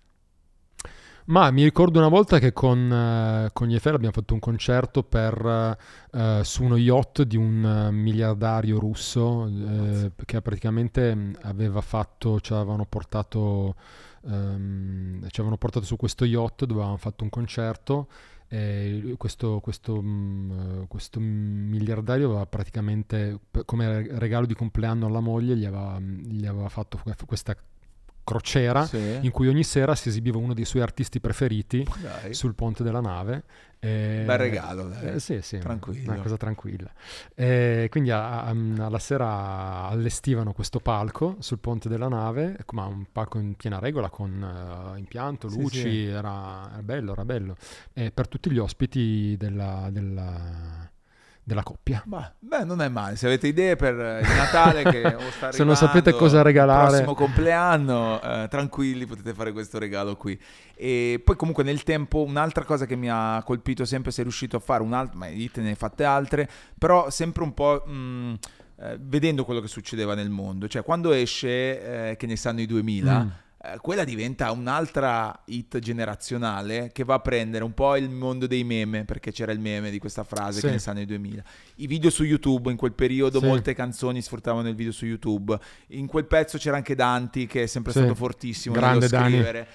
Ma mi ricordo una volta che con, eh, con gli Eiffel abbiamo fatto un concerto per, eh, su uno yacht di un eh, miliardario russo, eh, che praticamente mh, aveva fatto, ci avevano portato, ehm, ci avevano portato su questo yacht dove avevamo fatto un concerto. E questo, questo, mh, questo miliardario aveva praticamente, p- come regalo di compleanno alla moglie, gli aveva, gli aveva fatto questa crociera, Sì. in cui ogni sera si esibiva uno dei suoi artisti preferiti Dai. sul ponte della nave. E, Bel regalo, dai. eh, sì, sì, Tranquillo. una cosa tranquilla. E quindi a- a- alla sera allestivano questo palco sul ponte della nave, ma un palco in piena regola con eh, impianto, Sì, luci, sì. Era, era bello, era bello. E per tutti gli ospiti della, della, della coppia. Ma, beh, non è male. Se avete idee per eh, il Natale, che o sta Se non sapete arrivando, cosa regalare. il prossimo compleanno, eh, tranquilli, potete fare questo regalo qui. E poi comunque nel tempo un'altra cosa che mi ha colpito sempre, sei riuscito a fare un'altra, ma te ne hai fatte altre, però sempre un po' mh, eh, vedendo quello che succedeva nel mondo, cioè quando esce eh, che ne sanno i duemila, Mm. eh, quella diventa un'altra hit generazionale che va a prendere un po' il mondo dei meme, perché c'era il meme di questa frase Sì. che ne sanno i duemila. I video su YouTube, in quel periodo Sì. molte canzoni sfruttavano il video su YouTube. In quel pezzo c'era anche Danti, che è sempre Sì. stato fortissimo Grande nello Dani. scrivere.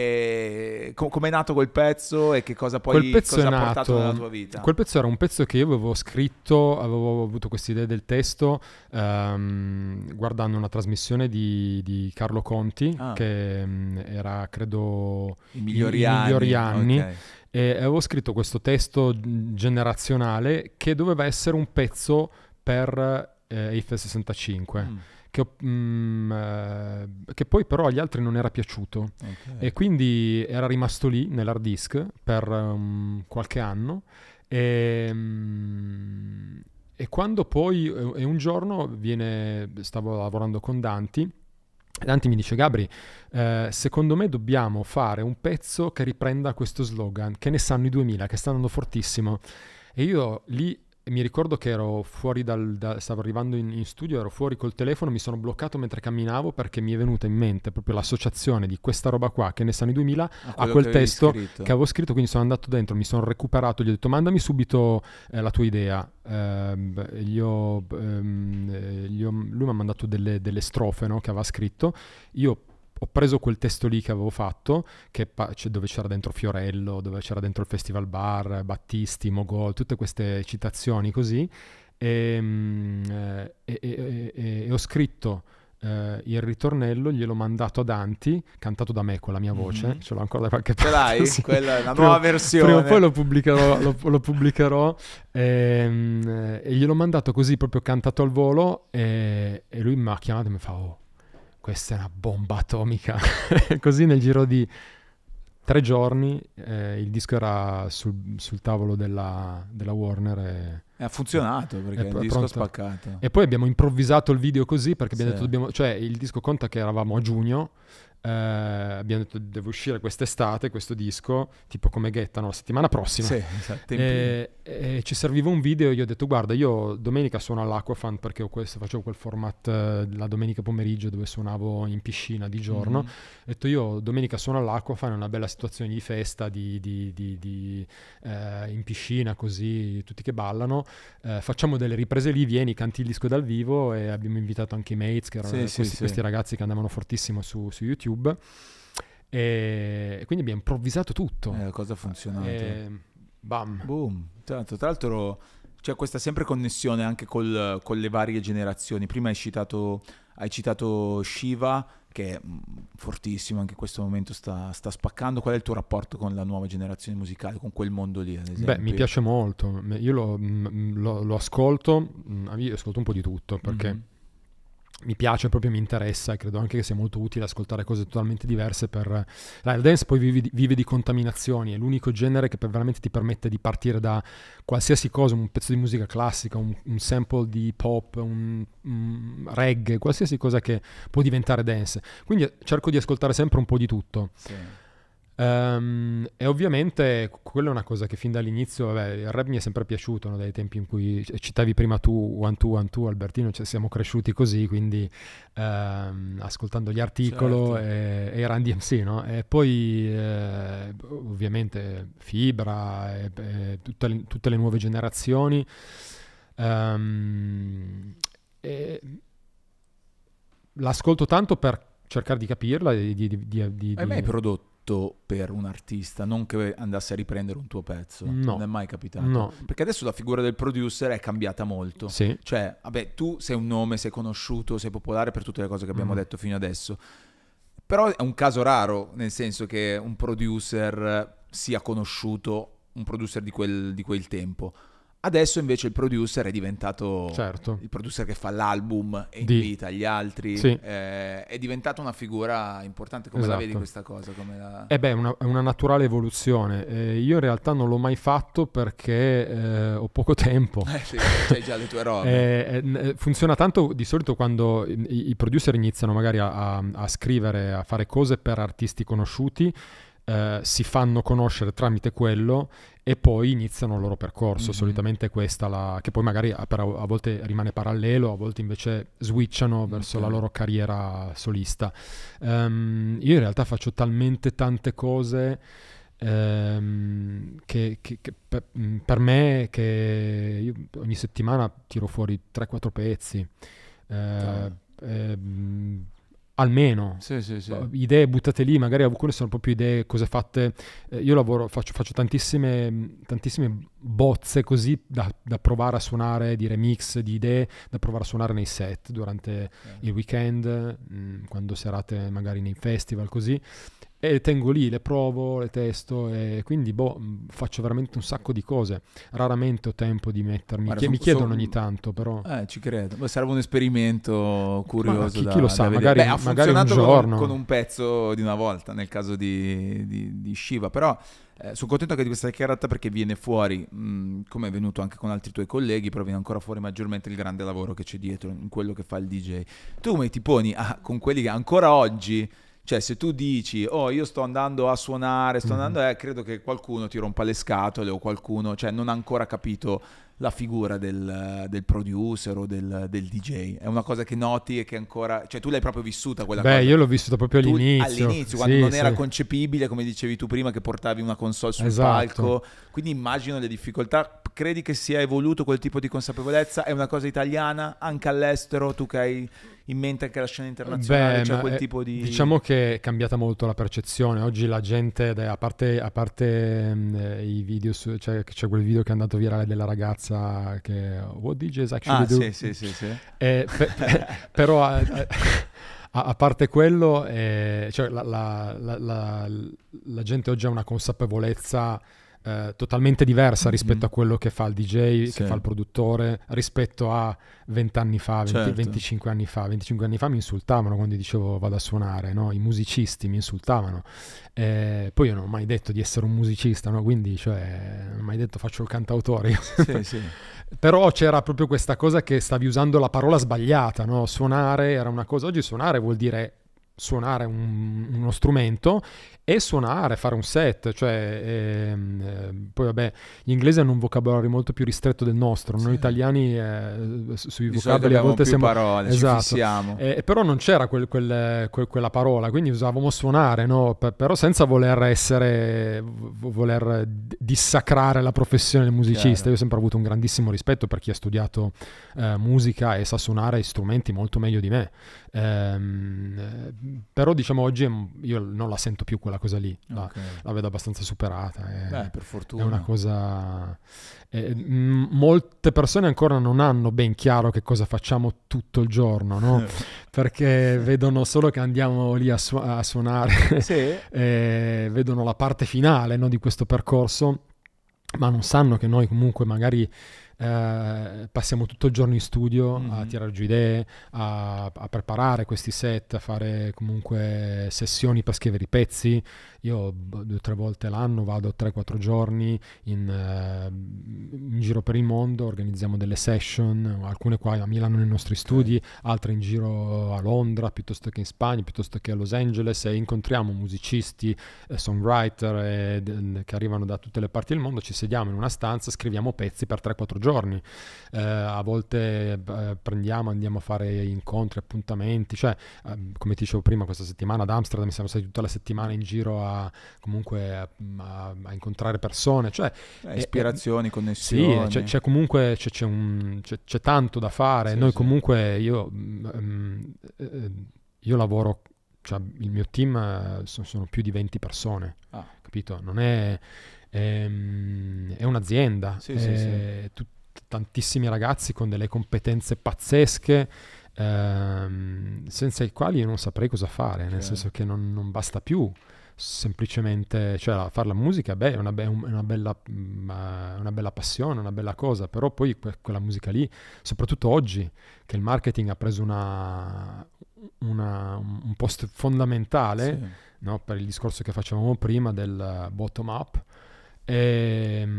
E com- com'è nato quel pezzo e che cosa poi Quel pezzo cosa è ha portato nato- nella tua vita? Quel pezzo era un pezzo che io avevo scritto, avevo avuto questa idea del testo ehm, guardando una trasmissione di, di Carlo Conti, Ah. che mh, era credo i migliori i, anni, i migliori anni okay. E avevo scritto questo testo generazionale che doveva essere un pezzo per eh, Eiffel sessantacinque. Mm. Che, mm, eh, che poi però agli altri non era piaciuto, okay. E quindi era rimasto lì nell'hard disk per um, qualche anno e, um, e quando poi e un giorno viene, stavo lavorando con Danti, Danti mi dice: Gabri, eh, secondo me dobbiamo fare un pezzo che riprenda questo slogan, che ne sanno i duemila, che sta andando fortissimo. E io lì mi ricordo che ero fuori dal, da, stavo arrivando in, in studio, ero fuori col telefono, mi sono bloccato mentre camminavo perché mi è venuta in mente proprio l'associazione di questa roba qua, che ne sanno i duemila, a, a quel che testo scritto. che avevo scritto, quindi sono andato dentro, mi sono recuperato, gli ho detto mandami subito eh, la tua idea. Eh, gli ho, ehm, gli ho, lui mi ha mandato delle, delle strofe, no, che aveva scritto, io ho preso quel testo lì che avevo fatto, che pa- cioè dove c'era dentro Fiorello, dove c'era dentro il Festival Bar, Battisti, Mogol, tutte queste citazioni così, e, e, e, e, e ho scritto eh, il ritornello, gliel'ho mandato a Danti, cantato da me con la mia voce, mm-hmm. ce l'ho ancora da qualche parte. Ce l'hai? Sì. Quella è la nuova prima, versione. Prima o poi lo pubblicherò, lo, lo pubblicherò e, e gliel'ho mandato così proprio cantato al volo e, e lui mi ha chiamato e mi fa: oh, questa è una bomba atomica. Così nel giro di tre giorni eh, il disco era sul, sul tavolo della, della Warner e, e ha funzionato perché è il disco pronto. spaccato. E poi abbiamo improvvisato il video così perché abbiamo sì. detto dobbiamo, cioè il disco conta che eravamo a giugno, eh, abbiamo detto deve uscire quest'estate questo disco, tipo come Gaetano la settimana prossima. Sì, esatto, e, e ci serviva un video, io ho detto guarda, io domenica suono all'Aquafan perché ho questo, facevo quel format eh, la domenica pomeriggio dove suonavo in piscina di giorno. Mm-hmm. Ho detto io domenica suono all'Aquafan, è una bella situazione di festa di, di, di, di eh, in piscina così tutti che ballano, eh, facciamo delle riprese lì, vieni, canti il disco dal vivo, e abbiamo invitato anche i Mates che erano sì, questi, sì, questi sì. ragazzi che andavano fortissimo su, su YouTube. E quindi abbiamo improvvisato tutto. Eh, cosa ha funzionato? E bam. Boom. Tra l'altro c'è questa sempre connessione anche col, con le varie generazioni. Prima hai citato, hai citato Shiva, che è fortissimo, anche in questo momento sta, sta spaccando. Qual è il tuo rapporto con la nuova generazione musicale, con quel mondo lì, ad esempio? Beh, mi piace molto. Io lo, lo, lo ascolto, io ascolto un po' di tutto, perché mm-hmm. mi piace, proprio mi interessa, e credo anche che sia molto utile ascoltare cose totalmente diverse. Per il dance poi vive di, vive di contaminazioni, è l'unico genere che per veramente ti permette di partire da qualsiasi cosa, un pezzo di musica classica, un, un sample di pop, un, un reggae, qualsiasi cosa che può diventare dance. Quindi cerco di ascoltare sempre un po' di tutto. Sì. Um, e ovviamente quella è una cosa che fin dall'inizio, vabbè, il rap mi è sempre piaciuto, no? Dai tempi in cui citavi prima tu One Two One Two Albertino, cioè siamo cresciuti così, quindi um, ascoltando gli articoli, certo. e, e Run D M C, no? E poi eh, ovviamente Fibra e, e tutte, le, tutte le nuove generazioni, um, e l'ascolto tanto per cercare di capirla. Di, di, di, di, di, Hai mai prodotto per un artista, non che andasse a riprendere un tuo pezzo? No. Non è mai capitato? No. Perché adesso la figura del producer è cambiata molto. Sì. Cioè, vabbè, tu sei un nome, sei conosciuto, sei popolare per tutte le cose che abbiamo mm. detto fino adesso. Però è un caso raro, nel senso che un producer sia conosciuto, un producer di quel, di quel tempo. Adesso invece il producer è diventato, certo. il producer che fa l'album e di... invita gli altri, sì. eh, è diventata una figura importante. Come esatto. la vedi questa cosa? Come la... Eh beh, è una, una naturale evoluzione. Eh, io in realtà non l'ho mai fatto perché eh, ho poco tempo. Eh sì, c'hai già le tue robe. eh, eh, funziona tanto di solito quando i, i producer iniziano magari a, a, a scrivere, a fare cose per artisti conosciuti, eh, si fanno conoscere tramite quello e poi iniziano il loro percorso. Mm-hmm. Solitamente questa la che poi magari a, per, a volte rimane parallelo, a volte invece switchano verso okay. la loro carriera solista. Um, io in realtà faccio talmente tante cose um, che, che, che per, per me che io ogni settimana tiro fuori tre quattro pezzi. Uh, ehm, almeno sì, sì, sì. idee buttate lì, magari alcune sono proprio idee, cose fatte, eh, io lavoro, faccio, faccio tantissime tantissime bozze così da, da provare a suonare, di remix, di idee da provare a suonare nei set durante eh. il weekend, mh, quando serate magari nei festival così, e le tengo lì, le provo, le testo, e quindi boh, faccio veramente un sacco di cose. Raramente ho tempo di mettermi, Guarda, che son, mi chiedono son, ogni tanto, però eh, ci credo. Beh, sarebbe un esperimento curioso. Chi, da, chi lo sa, da magari, Beh, ha magari un funzionato giorno con, con un pezzo di una volta, nel caso di, di, di Shiva, però eh, sono contento anche di questa chiacchierata, perché viene fuori, mh, come è venuto anche con altri tuoi colleghi, però viene ancora fuori maggiormente il grande lavoro che c'è dietro in quello che fa il D J. Tu come ti poni ah, con quelli che ancora oggi, cioè se tu dici oh io sto andando a suonare, sto andando, eh, credo che qualcuno ti rompa le scatole, o qualcuno, cioè non ha ancora capito la figura del, del producer o del, del D J. È una cosa che noti e che ancora, cioè tu l'hai proprio vissuta quella Beh, cosa. Beh, io l'ho vissuta proprio tu, all'inizio. All'inizio, quando sì, non sì. era concepibile, come dicevi tu prima, che portavi una console sul esatto. palco. Quindi immagino le difficoltà. Credi che sia evoluto quel tipo di consapevolezza? È una cosa italiana, anche all'estero? Tu che hai in mente anche la scena internazionale, Beh, c'è quel eh, tipo di... Diciamo che è cambiata molto la percezione. Oggi la gente, a parte, a parte um, i video, su, cioè, c'è quel video che è andato virale della ragazza che What D Js actually ah, do? sì, sì, sì, sì. Eh, pe, pe, però a, a, a parte quello, eh, cioè la, la, la, la, la gente oggi ha una consapevolezza Eh, totalmente diversa rispetto mm-hmm. a quello che fa il D J, sì. che fa il produttore, rispetto a vent'anni fa, venti, certo. venticinque anni fa. venticinque anni fa mi insultavano quando dicevo vado a suonare, no? I musicisti mi insultavano. Eh, poi io non ho mai detto di essere un musicista, no? Quindi cioè, non ho mai detto faccio il cantautore. Sì, sì. Però c'era proprio questa cosa che stavi usando la parola sbagliata, no? Suonare era una cosa, oggi suonare vuol dire suonare un, uno strumento e suonare, fare un set, cioè ehm, eh, poi vabbè gli inglesi hanno un vocabolario molto più ristretto del nostro, sì. Noi italiani eh, sui di vocaboli a volte più siamo parole, esatto. ci fissiamo. Eh, però non c'era quel, quel, quel, quella parola, quindi usavamo suonare, no? P- però senza voler essere v- voler dissacrare la professione del musicista. Chiaro. Io ho sempre avuto un grandissimo rispetto per chi ha studiato eh, musica e sa suonare strumenti molto meglio di me. Ehm, però diciamo oggi io non la sento più quella cosa lì, la, okay. la vedo abbastanza superata. È, Beh, per fortuna. È una cosa... È, m- molte persone ancora non hanno ben chiaro che cosa facciamo tutto il giorno, no? Perché vedono solo che andiamo lì a, su- a suonare, sì. E vedono la parte finale, no, di questo percorso, ma non sanno che noi comunque magari Eh, passiamo tutto il giorno in studio mm-hmm. a tirare giù idee, a, a preparare questi set, a fare comunque sessioni per scrivere i pezzi. Io due o tre volte l'anno vado tre quattro giorni in, uh, in giro per il mondo, organizziamo delle session, alcune qua a Milano nei nostri studi, okay. altre in giro a Londra, piuttosto che in Spagna, piuttosto che a Los Angeles, e incontriamo musicisti, eh, songwriter eh, de- che arrivano da tutte le parti del mondo, ci sediamo in una stanza, scriviamo pezzi per tre quattro giorni, eh, a volte eh, prendiamo, andiamo a fare incontri, appuntamenti, cioè eh, come ti dicevo prima, questa settimana ad Amsterdam siamo stati tutta la settimana in giro a comunque a, a, a incontrare persone, cioè eh, ispirazioni, eh, connessioni. Sì, c'è, c'è comunque c'è, c'è, un, c'è, c'è tanto da fare. Sì, Noi sì. comunque io um, io lavoro, cioè il mio team sono, sono più di venti persone, ah. capito? Non è è, è un'azienda, sì, è sì, sì. Tut, tantissimi ragazzi con delle competenze pazzesche, ehm, senza i quali io non saprei cosa fare, nel certo. senso che non, non basta più semplicemente, cioè fare la musica, beh, è una, be- una, bella, una bella passione, una bella cosa, però poi que- quella musica lì, soprattutto oggi che il marketing ha preso una, una, un posto fondamentale, sì. no, per il discorso che facevamo prima del bottom up, e,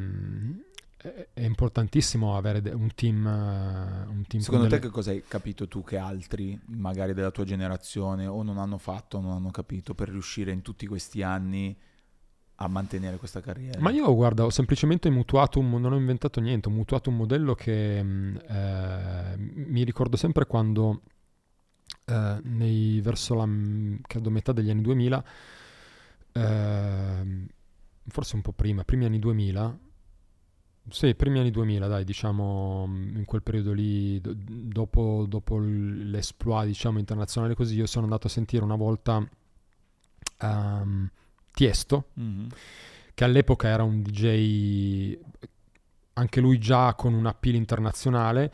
è importantissimo avere un team, un team secondo delle... te che cosa hai capito tu che altri magari della tua generazione o non hanno fatto o non hanno capito per riuscire in tutti questi anni a mantenere questa carriera? Ma io guarda, ho semplicemente mutuato un, non ho inventato niente, ho mutuato un modello che eh, mi ricordo sempre quando eh, nei, verso la credo metà degli anni duemila, eh, forse un po' prima, primi anni duemila, Sì, primi anni duemila, dai, diciamo, in quel periodo lì, do- dopo, dopo l'esploit, diciamo, internazionale così, io sono andato a sentire una volta um, Tiesto, Mm-hmm. che all'epoca era un D J, anche lui già con un appeal internazionale,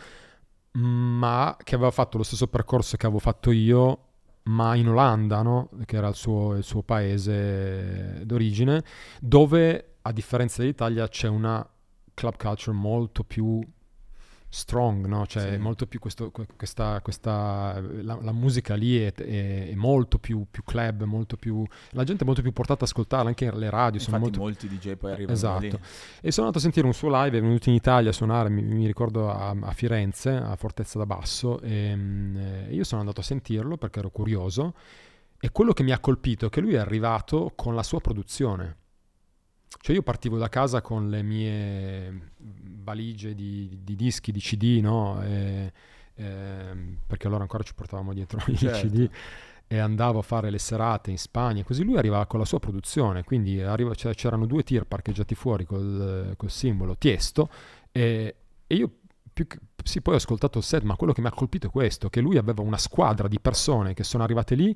ma che aveva fatto lo stesso percorso che avevo fatto io, ma in Olanda, no? Che era il suo, il suo paese d'origine, dove, a differenza dell'Italia, c'è una club culture molto più strong, no? Cioè Sì. molto più questo, questa, questa la, la musica lì è, è, è molto più, più club, molto più, la gente è molto più portata ad ascoltarla, anche le radio sono Infatti molto molti D J poi arrivano esatto. lì. E sono andato a sentire un suo live, è venuto in Italia a suonare, mi, mi ricordo a, a Firenze, a Fortezza da Basso, e mh, io sono andato a sentirlo perché ero curioso, e quello che mi ha colpito è che lui è arrivato con la sua produzione. Cioè io partivo da casa con le mie valigie di, di dischi, di C D, no? E, ehm, perché allora ancora ci portavamo dietro i Certo. C D, e andavo a fare le serate in Spagna, così lui arrivava con la sua produzione, quindi arriva, cioè, c'erano due tir parcheggiati fuori col, col simbolo Tiesto, e, e io più che, sì, poi ho ascoltato il set, ma quello che mi ha colpito è questo, che lui aveva una squadra di persone che sono arrivate lì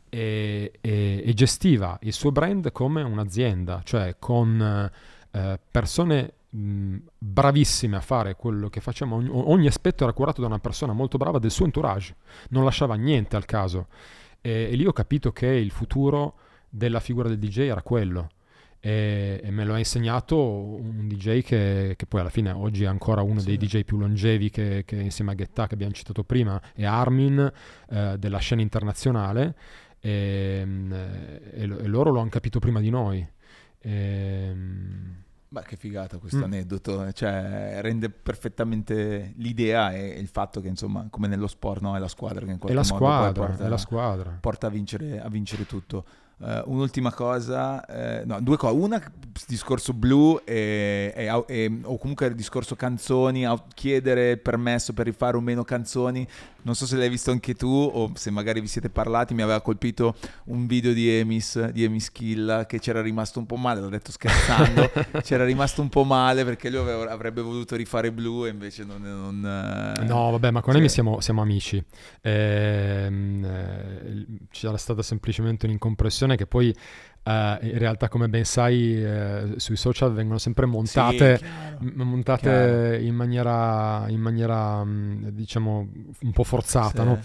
e, e, e gestiva il suo brand come un'azienda, cioè con eh, persone mh, bravissime a fare quello che facciamo, ogni, ogni aspetto era curato da una persona molto brava del suo entourage, non lasciava niente al caso, e, e lì ho capito che il futuro della figura del D J era quello. E, e me lo ha insegnato un D J che, che poi alla fine oggi è ancora uno Sì. dei D J più longevi, che, che insieme a Guetta, che abbiamo citato prima, è Armin, eh, della scena internazionale, e, e, e loro lo hanno capito prima di noi. E, Beh, che figata questo Mm. aneddoto, cioè rende perfettamente l'idea e il fatto che, insomma, come nello sport, no? È la squadra che in è qualche la modo poi squadra, porta, è la squadra. porta a vincere, a vincere tutto. Uh, un'ultima cosa, eh, no, due cose. Una, discorso blu e, e, e, o comunque il discorso canzoni, chiedere permesso per rifare o meno canzoni. Non so se l'hai visto anche tu o se magari vi siete parlati. Mi aveva colpito un video di Emis, di Emis Killa, che c'era rimasto un po' male, l'ho detto scherzando, c'era rimasto un po' male perché lui aveva, avrebbe voluto rifare blu e invece non... non no, vabbè, ma con cioè... Emi siamo, siamo amici. Ehm, eh, c'era stata semplicemente un'incompressione che poi eh, in realtà, come ben sai, eh, sui social vengono sempre montate, sì, chiaro, m- montate chiaro. in maniera, in maniera mh, diciamo un po' forzata, sì. no?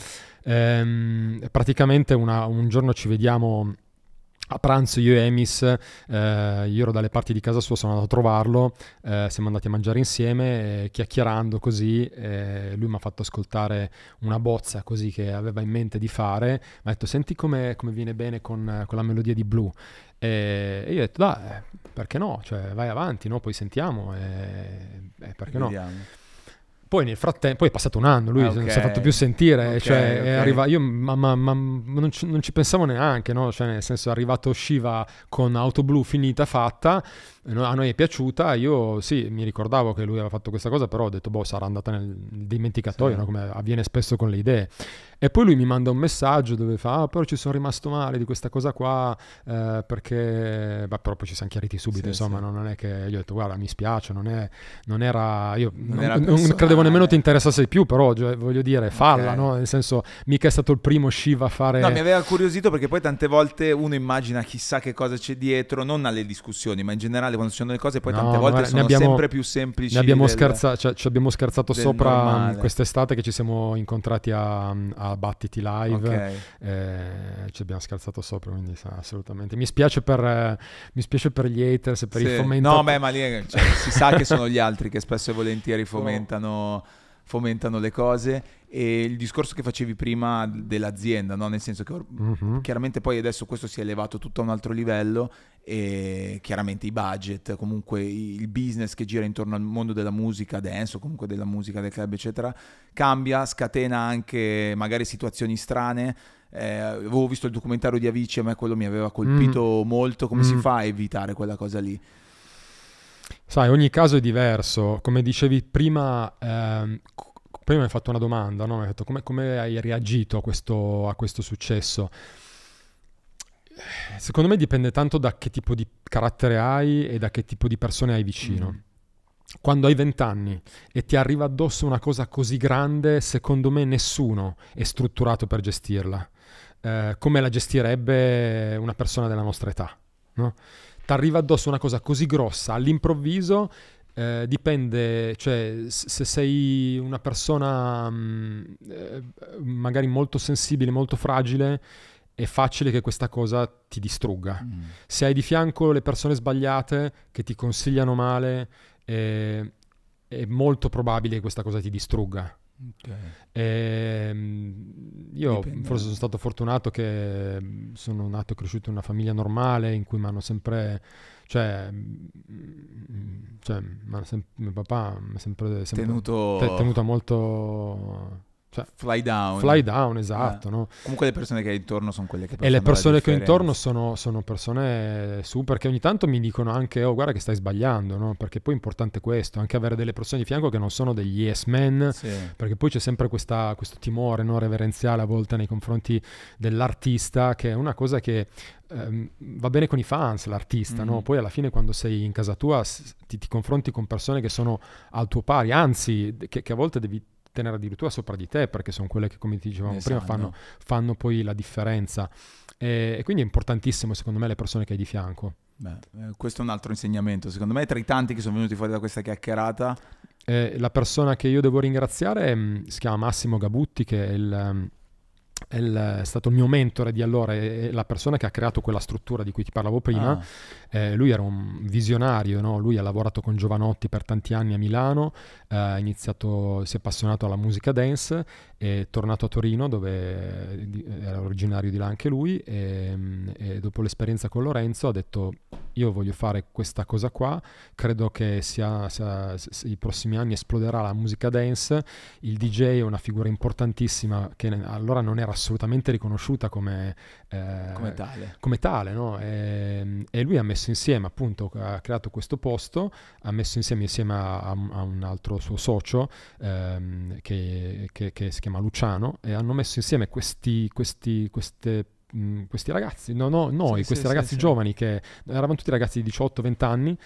Ehm, praticamente una, un giorno ci vediamo a pranzo io e Emis, eh, io ero dalle parti di casa sua, sono andato a trovarlo, eh, siamo andati a mangiare insieme, eh, chiacchierando così, eh, lui mi ha fatto ascoltare una bozza così che aveva in mente di fare, mi ha detto senti come, come viene bene con, con la melodia di Blue, e, e io ho detto dai, perché no, cioè vai avanti, no? Poi sentiamo, e, e perché no. Vediamo. Poi nel frattempo, poi è passato un anno, lui Ah, non okay. si è fatto più sentire, Okay, cioè okay. è arriva, io ma, ma, ma non, ci, non ci pensavo neanche, no? Cioè nel senso è arrivato Shiva con Auto Blu finita, fatta, a noi è piaciuta, io sì, mi ricordavo che lui aveva fatto questa cosa, però ho detto boh, sarà andata nel dimenticatoio, sì. no? Come avviene spesso con le idee. E poi lui mi manda un messaggio dove fa ah, però ci sono rimasto male di questa cosa qua, eh, perché beh, però poi ci siamo chiariti subito, Sì, insomma, sì. no, non è che io ho detto guarda mi spiace, non, è, non era io Non non, era non credevo nemmeno ti personale. interessasse di più, però cioè, voglio dire falla, Ok. no? Nel senso mica è stato il primo Shiva a fare No, mi aveva curiosito perché poi tante volte uno immagina chissà che cosa c'è dietro, non alle discussioni, ma in generale quando ci sono le cose poi No, tante ma volte guarda, sono ne abbiamo- sempre più semplici. ne abbiamo, del- scherza- cioè, ci abbiamo scherzato del sopra normale. quest'estate che ci siamo incontrati a, a Battiti Live, Ok. eh, ci abbiamo scherzato sopra, quindi sa, assolutamente mi spiace per eh, mi spiace per gli haters e per Sì. i fomentatori. No, beh, ma lì cioè, si sa che sono gli altri che spesso e volentieri fomentano, fomentano le cose. E il discorso che facevi prima dell'azienda, no? Nel senso che or- Mhm. chiaramente poi adesso questo si è elevato tutto a un altro livello e chiaramente i budget, comunque il business che gira intorno al mondo della musica dance o comunque della musica del club eccetera cambia, scatena anche magari situazioni strane. Eh, avevo visto il documentario di Avicii, a me quello mi aveva colpito molto. Come Mm. si fa a evitare quella cosa lì? Sai, ogni caso è diverso. Come dicevi prima, ehm, c- prima mi hai fatto una domanda, no? Mi hai detto come, come hai reagito a questo, a questo successo. Secondo me dipende tanto da che tipo di carattere hai e da che tipo di persone hai vicino. Mm. quando hai vent'anni e ti arriva addosso una cosa così grande, secondo me nessuno è strutturato per gestirla, eh, come la gestirebbe una persona della nostra età, no? Ti arriva addosso una cosa così grossa all'improvviso, eh, dipende, cioè se sei una persona mh, eh, magari molto sensibile, molto fragile, è facile che questa cosa ti distrugga. Mm. Se hai di fianco le persone sbagliate che ti consigliano male, eh, è molto probabile che questa cosa ti distrugga. Okay. E, io Dipende. forse sono stato fortunato che sono nato e cresciuto in una famiglia normale in cui mi hanno sempre, cioè, cioè m'hanno sem- mio papà mi ha sempre, sempre tenuto te- tenuto molto, cioè, fly down fly down esatto, eh. no? Comunque le persone che hai intorno sono quelle che e le persone che ho intorno sono, sono persone super, che ogni tanto mi dicono anche oh guarda che stai sbagliando, no? Perché poi è importante questo, anche avere delle persone di fianco che non sono degli yes men, sì. Perché poi c'è sempre questa, questo timore, no, reverenziale a volte nei confronti dell'artista, che è una cosa che ehm, va bene con i fans, l'artista, mm. no? Poi alla fine quando sei in casa tua ti, ti confronti con persone che sono al tuo pari, anzi che, che a volte devi tenere addirittura sopra di te, perché sono quelle che, come ti dicevamo esatto. prima, fanno, fanno poi la differenza, e, e quindi è importantissimo secondo me le persone che hai di fianco. Beh, eh, questo è un altro insegnamento secondo me tra i tanti che sono venuti fuori da questa chiacchierata. Eh, la persona che io devo ringraziare mh, si chiama Massimo Gabutti, che è il... È, il, è stato il mio mentore di allora, è la persona che ha creato quella struttura di cui ti parlavo prima. Ah. Eh, lui era un visionario, no? Lui ha lavorato con Giovanotti per tanti anni a Milano, eh, ha iniziato, si è appassionato alla musica dance, è tornato a Torino dove era originario di là anche lui, e, e dopo l'esperienza con Lorenzo ha detto io voglio fare questa cosa qua, credo che sia, sia, i prossimi anni esploderà la musica dance, il D J è una figura importantissima che allora non era assolutamente riconosciuta come, eh, come tale, come tale no? e, e lui ha messo insieme, appunto, ha creato questo posto, ha messo insieme insieme a, a un altro suo socio ehm, che, che, che si chiama Luciano, e hanno messo insieme questi, questi, queste questi ragazzi, no, no, noi, sì, questi sì, ragazzi sì, giovani, sì. Che eravamo tutti ragazzi di diciotto venti anni,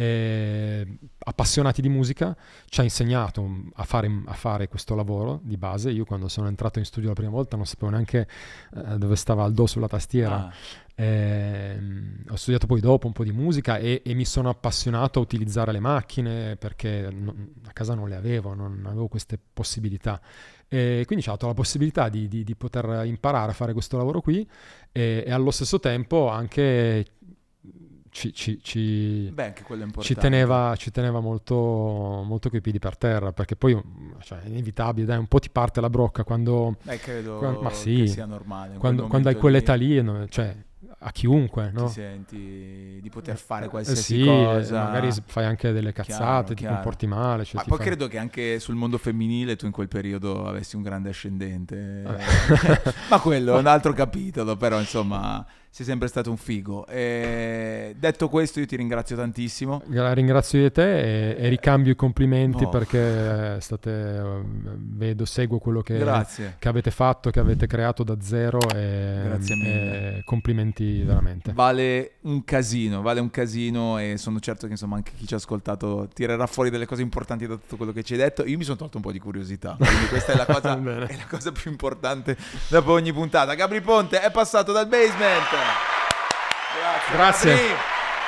eh, appassionati di musica, ci ha insegnato a fare, a fare questo lavoro di base. Io quando sono entrato in studio la prima volta non sapevo neanche eh, dove stava il do sulla tastiera. Ah. Eh, ho studiato poi dopo un po' di musica e, e mi sono appassionato a utilizzare le macchine, perché non, a casa non le avevo, non avevo queste possibilità. E quindi ci ha dato la possibilità di, di, di poter imparare a fare questo lavoro qui, e, e allo stesso tempo anche ci, ci, ci, Beh, anche quello è ci teneva, ci teneva molto, molto coi piedi per terra, perché poi cioè, è inevitabile, dai, un po' ti parte la brocca quando... Beh, credo quando, ma sì, che sia normale. Quando, quando hai quell'età lì, no, cioè... a chiunque, no? Ti senti di poter fare qualsiasi eh sì, cosa, magari fai anche delle cazzate, chiaro, ti chiaro. comporti male, cioè ma ti poi fai... credo che anche sul mondo femminile tu in quel periodo avessi un grande ascendente ma quello è un altro capitolo, però insomma sei sempre stato un figo. E detto questo io ti ringrazio tantissimo. Ringrazio io te e, e ricambio i complimenti, oh. perché state, vedo, seguo quello che, che avete fatto, che avete creato da zero, e, grazie mille. E complimenti veramente. Vale un casino, vale un casino, e sono certo che insomma anche chi ci ha ascoltato tirerà fuori delle cose importanti da tutto quello che ci hai detto. Io mi sono tolto un po' di curiosità, quindi questa è la cosa, è la cosa più importante dopo ogni puntata. Gabri Ponte è passato dal Basement. Grazie. Grazie.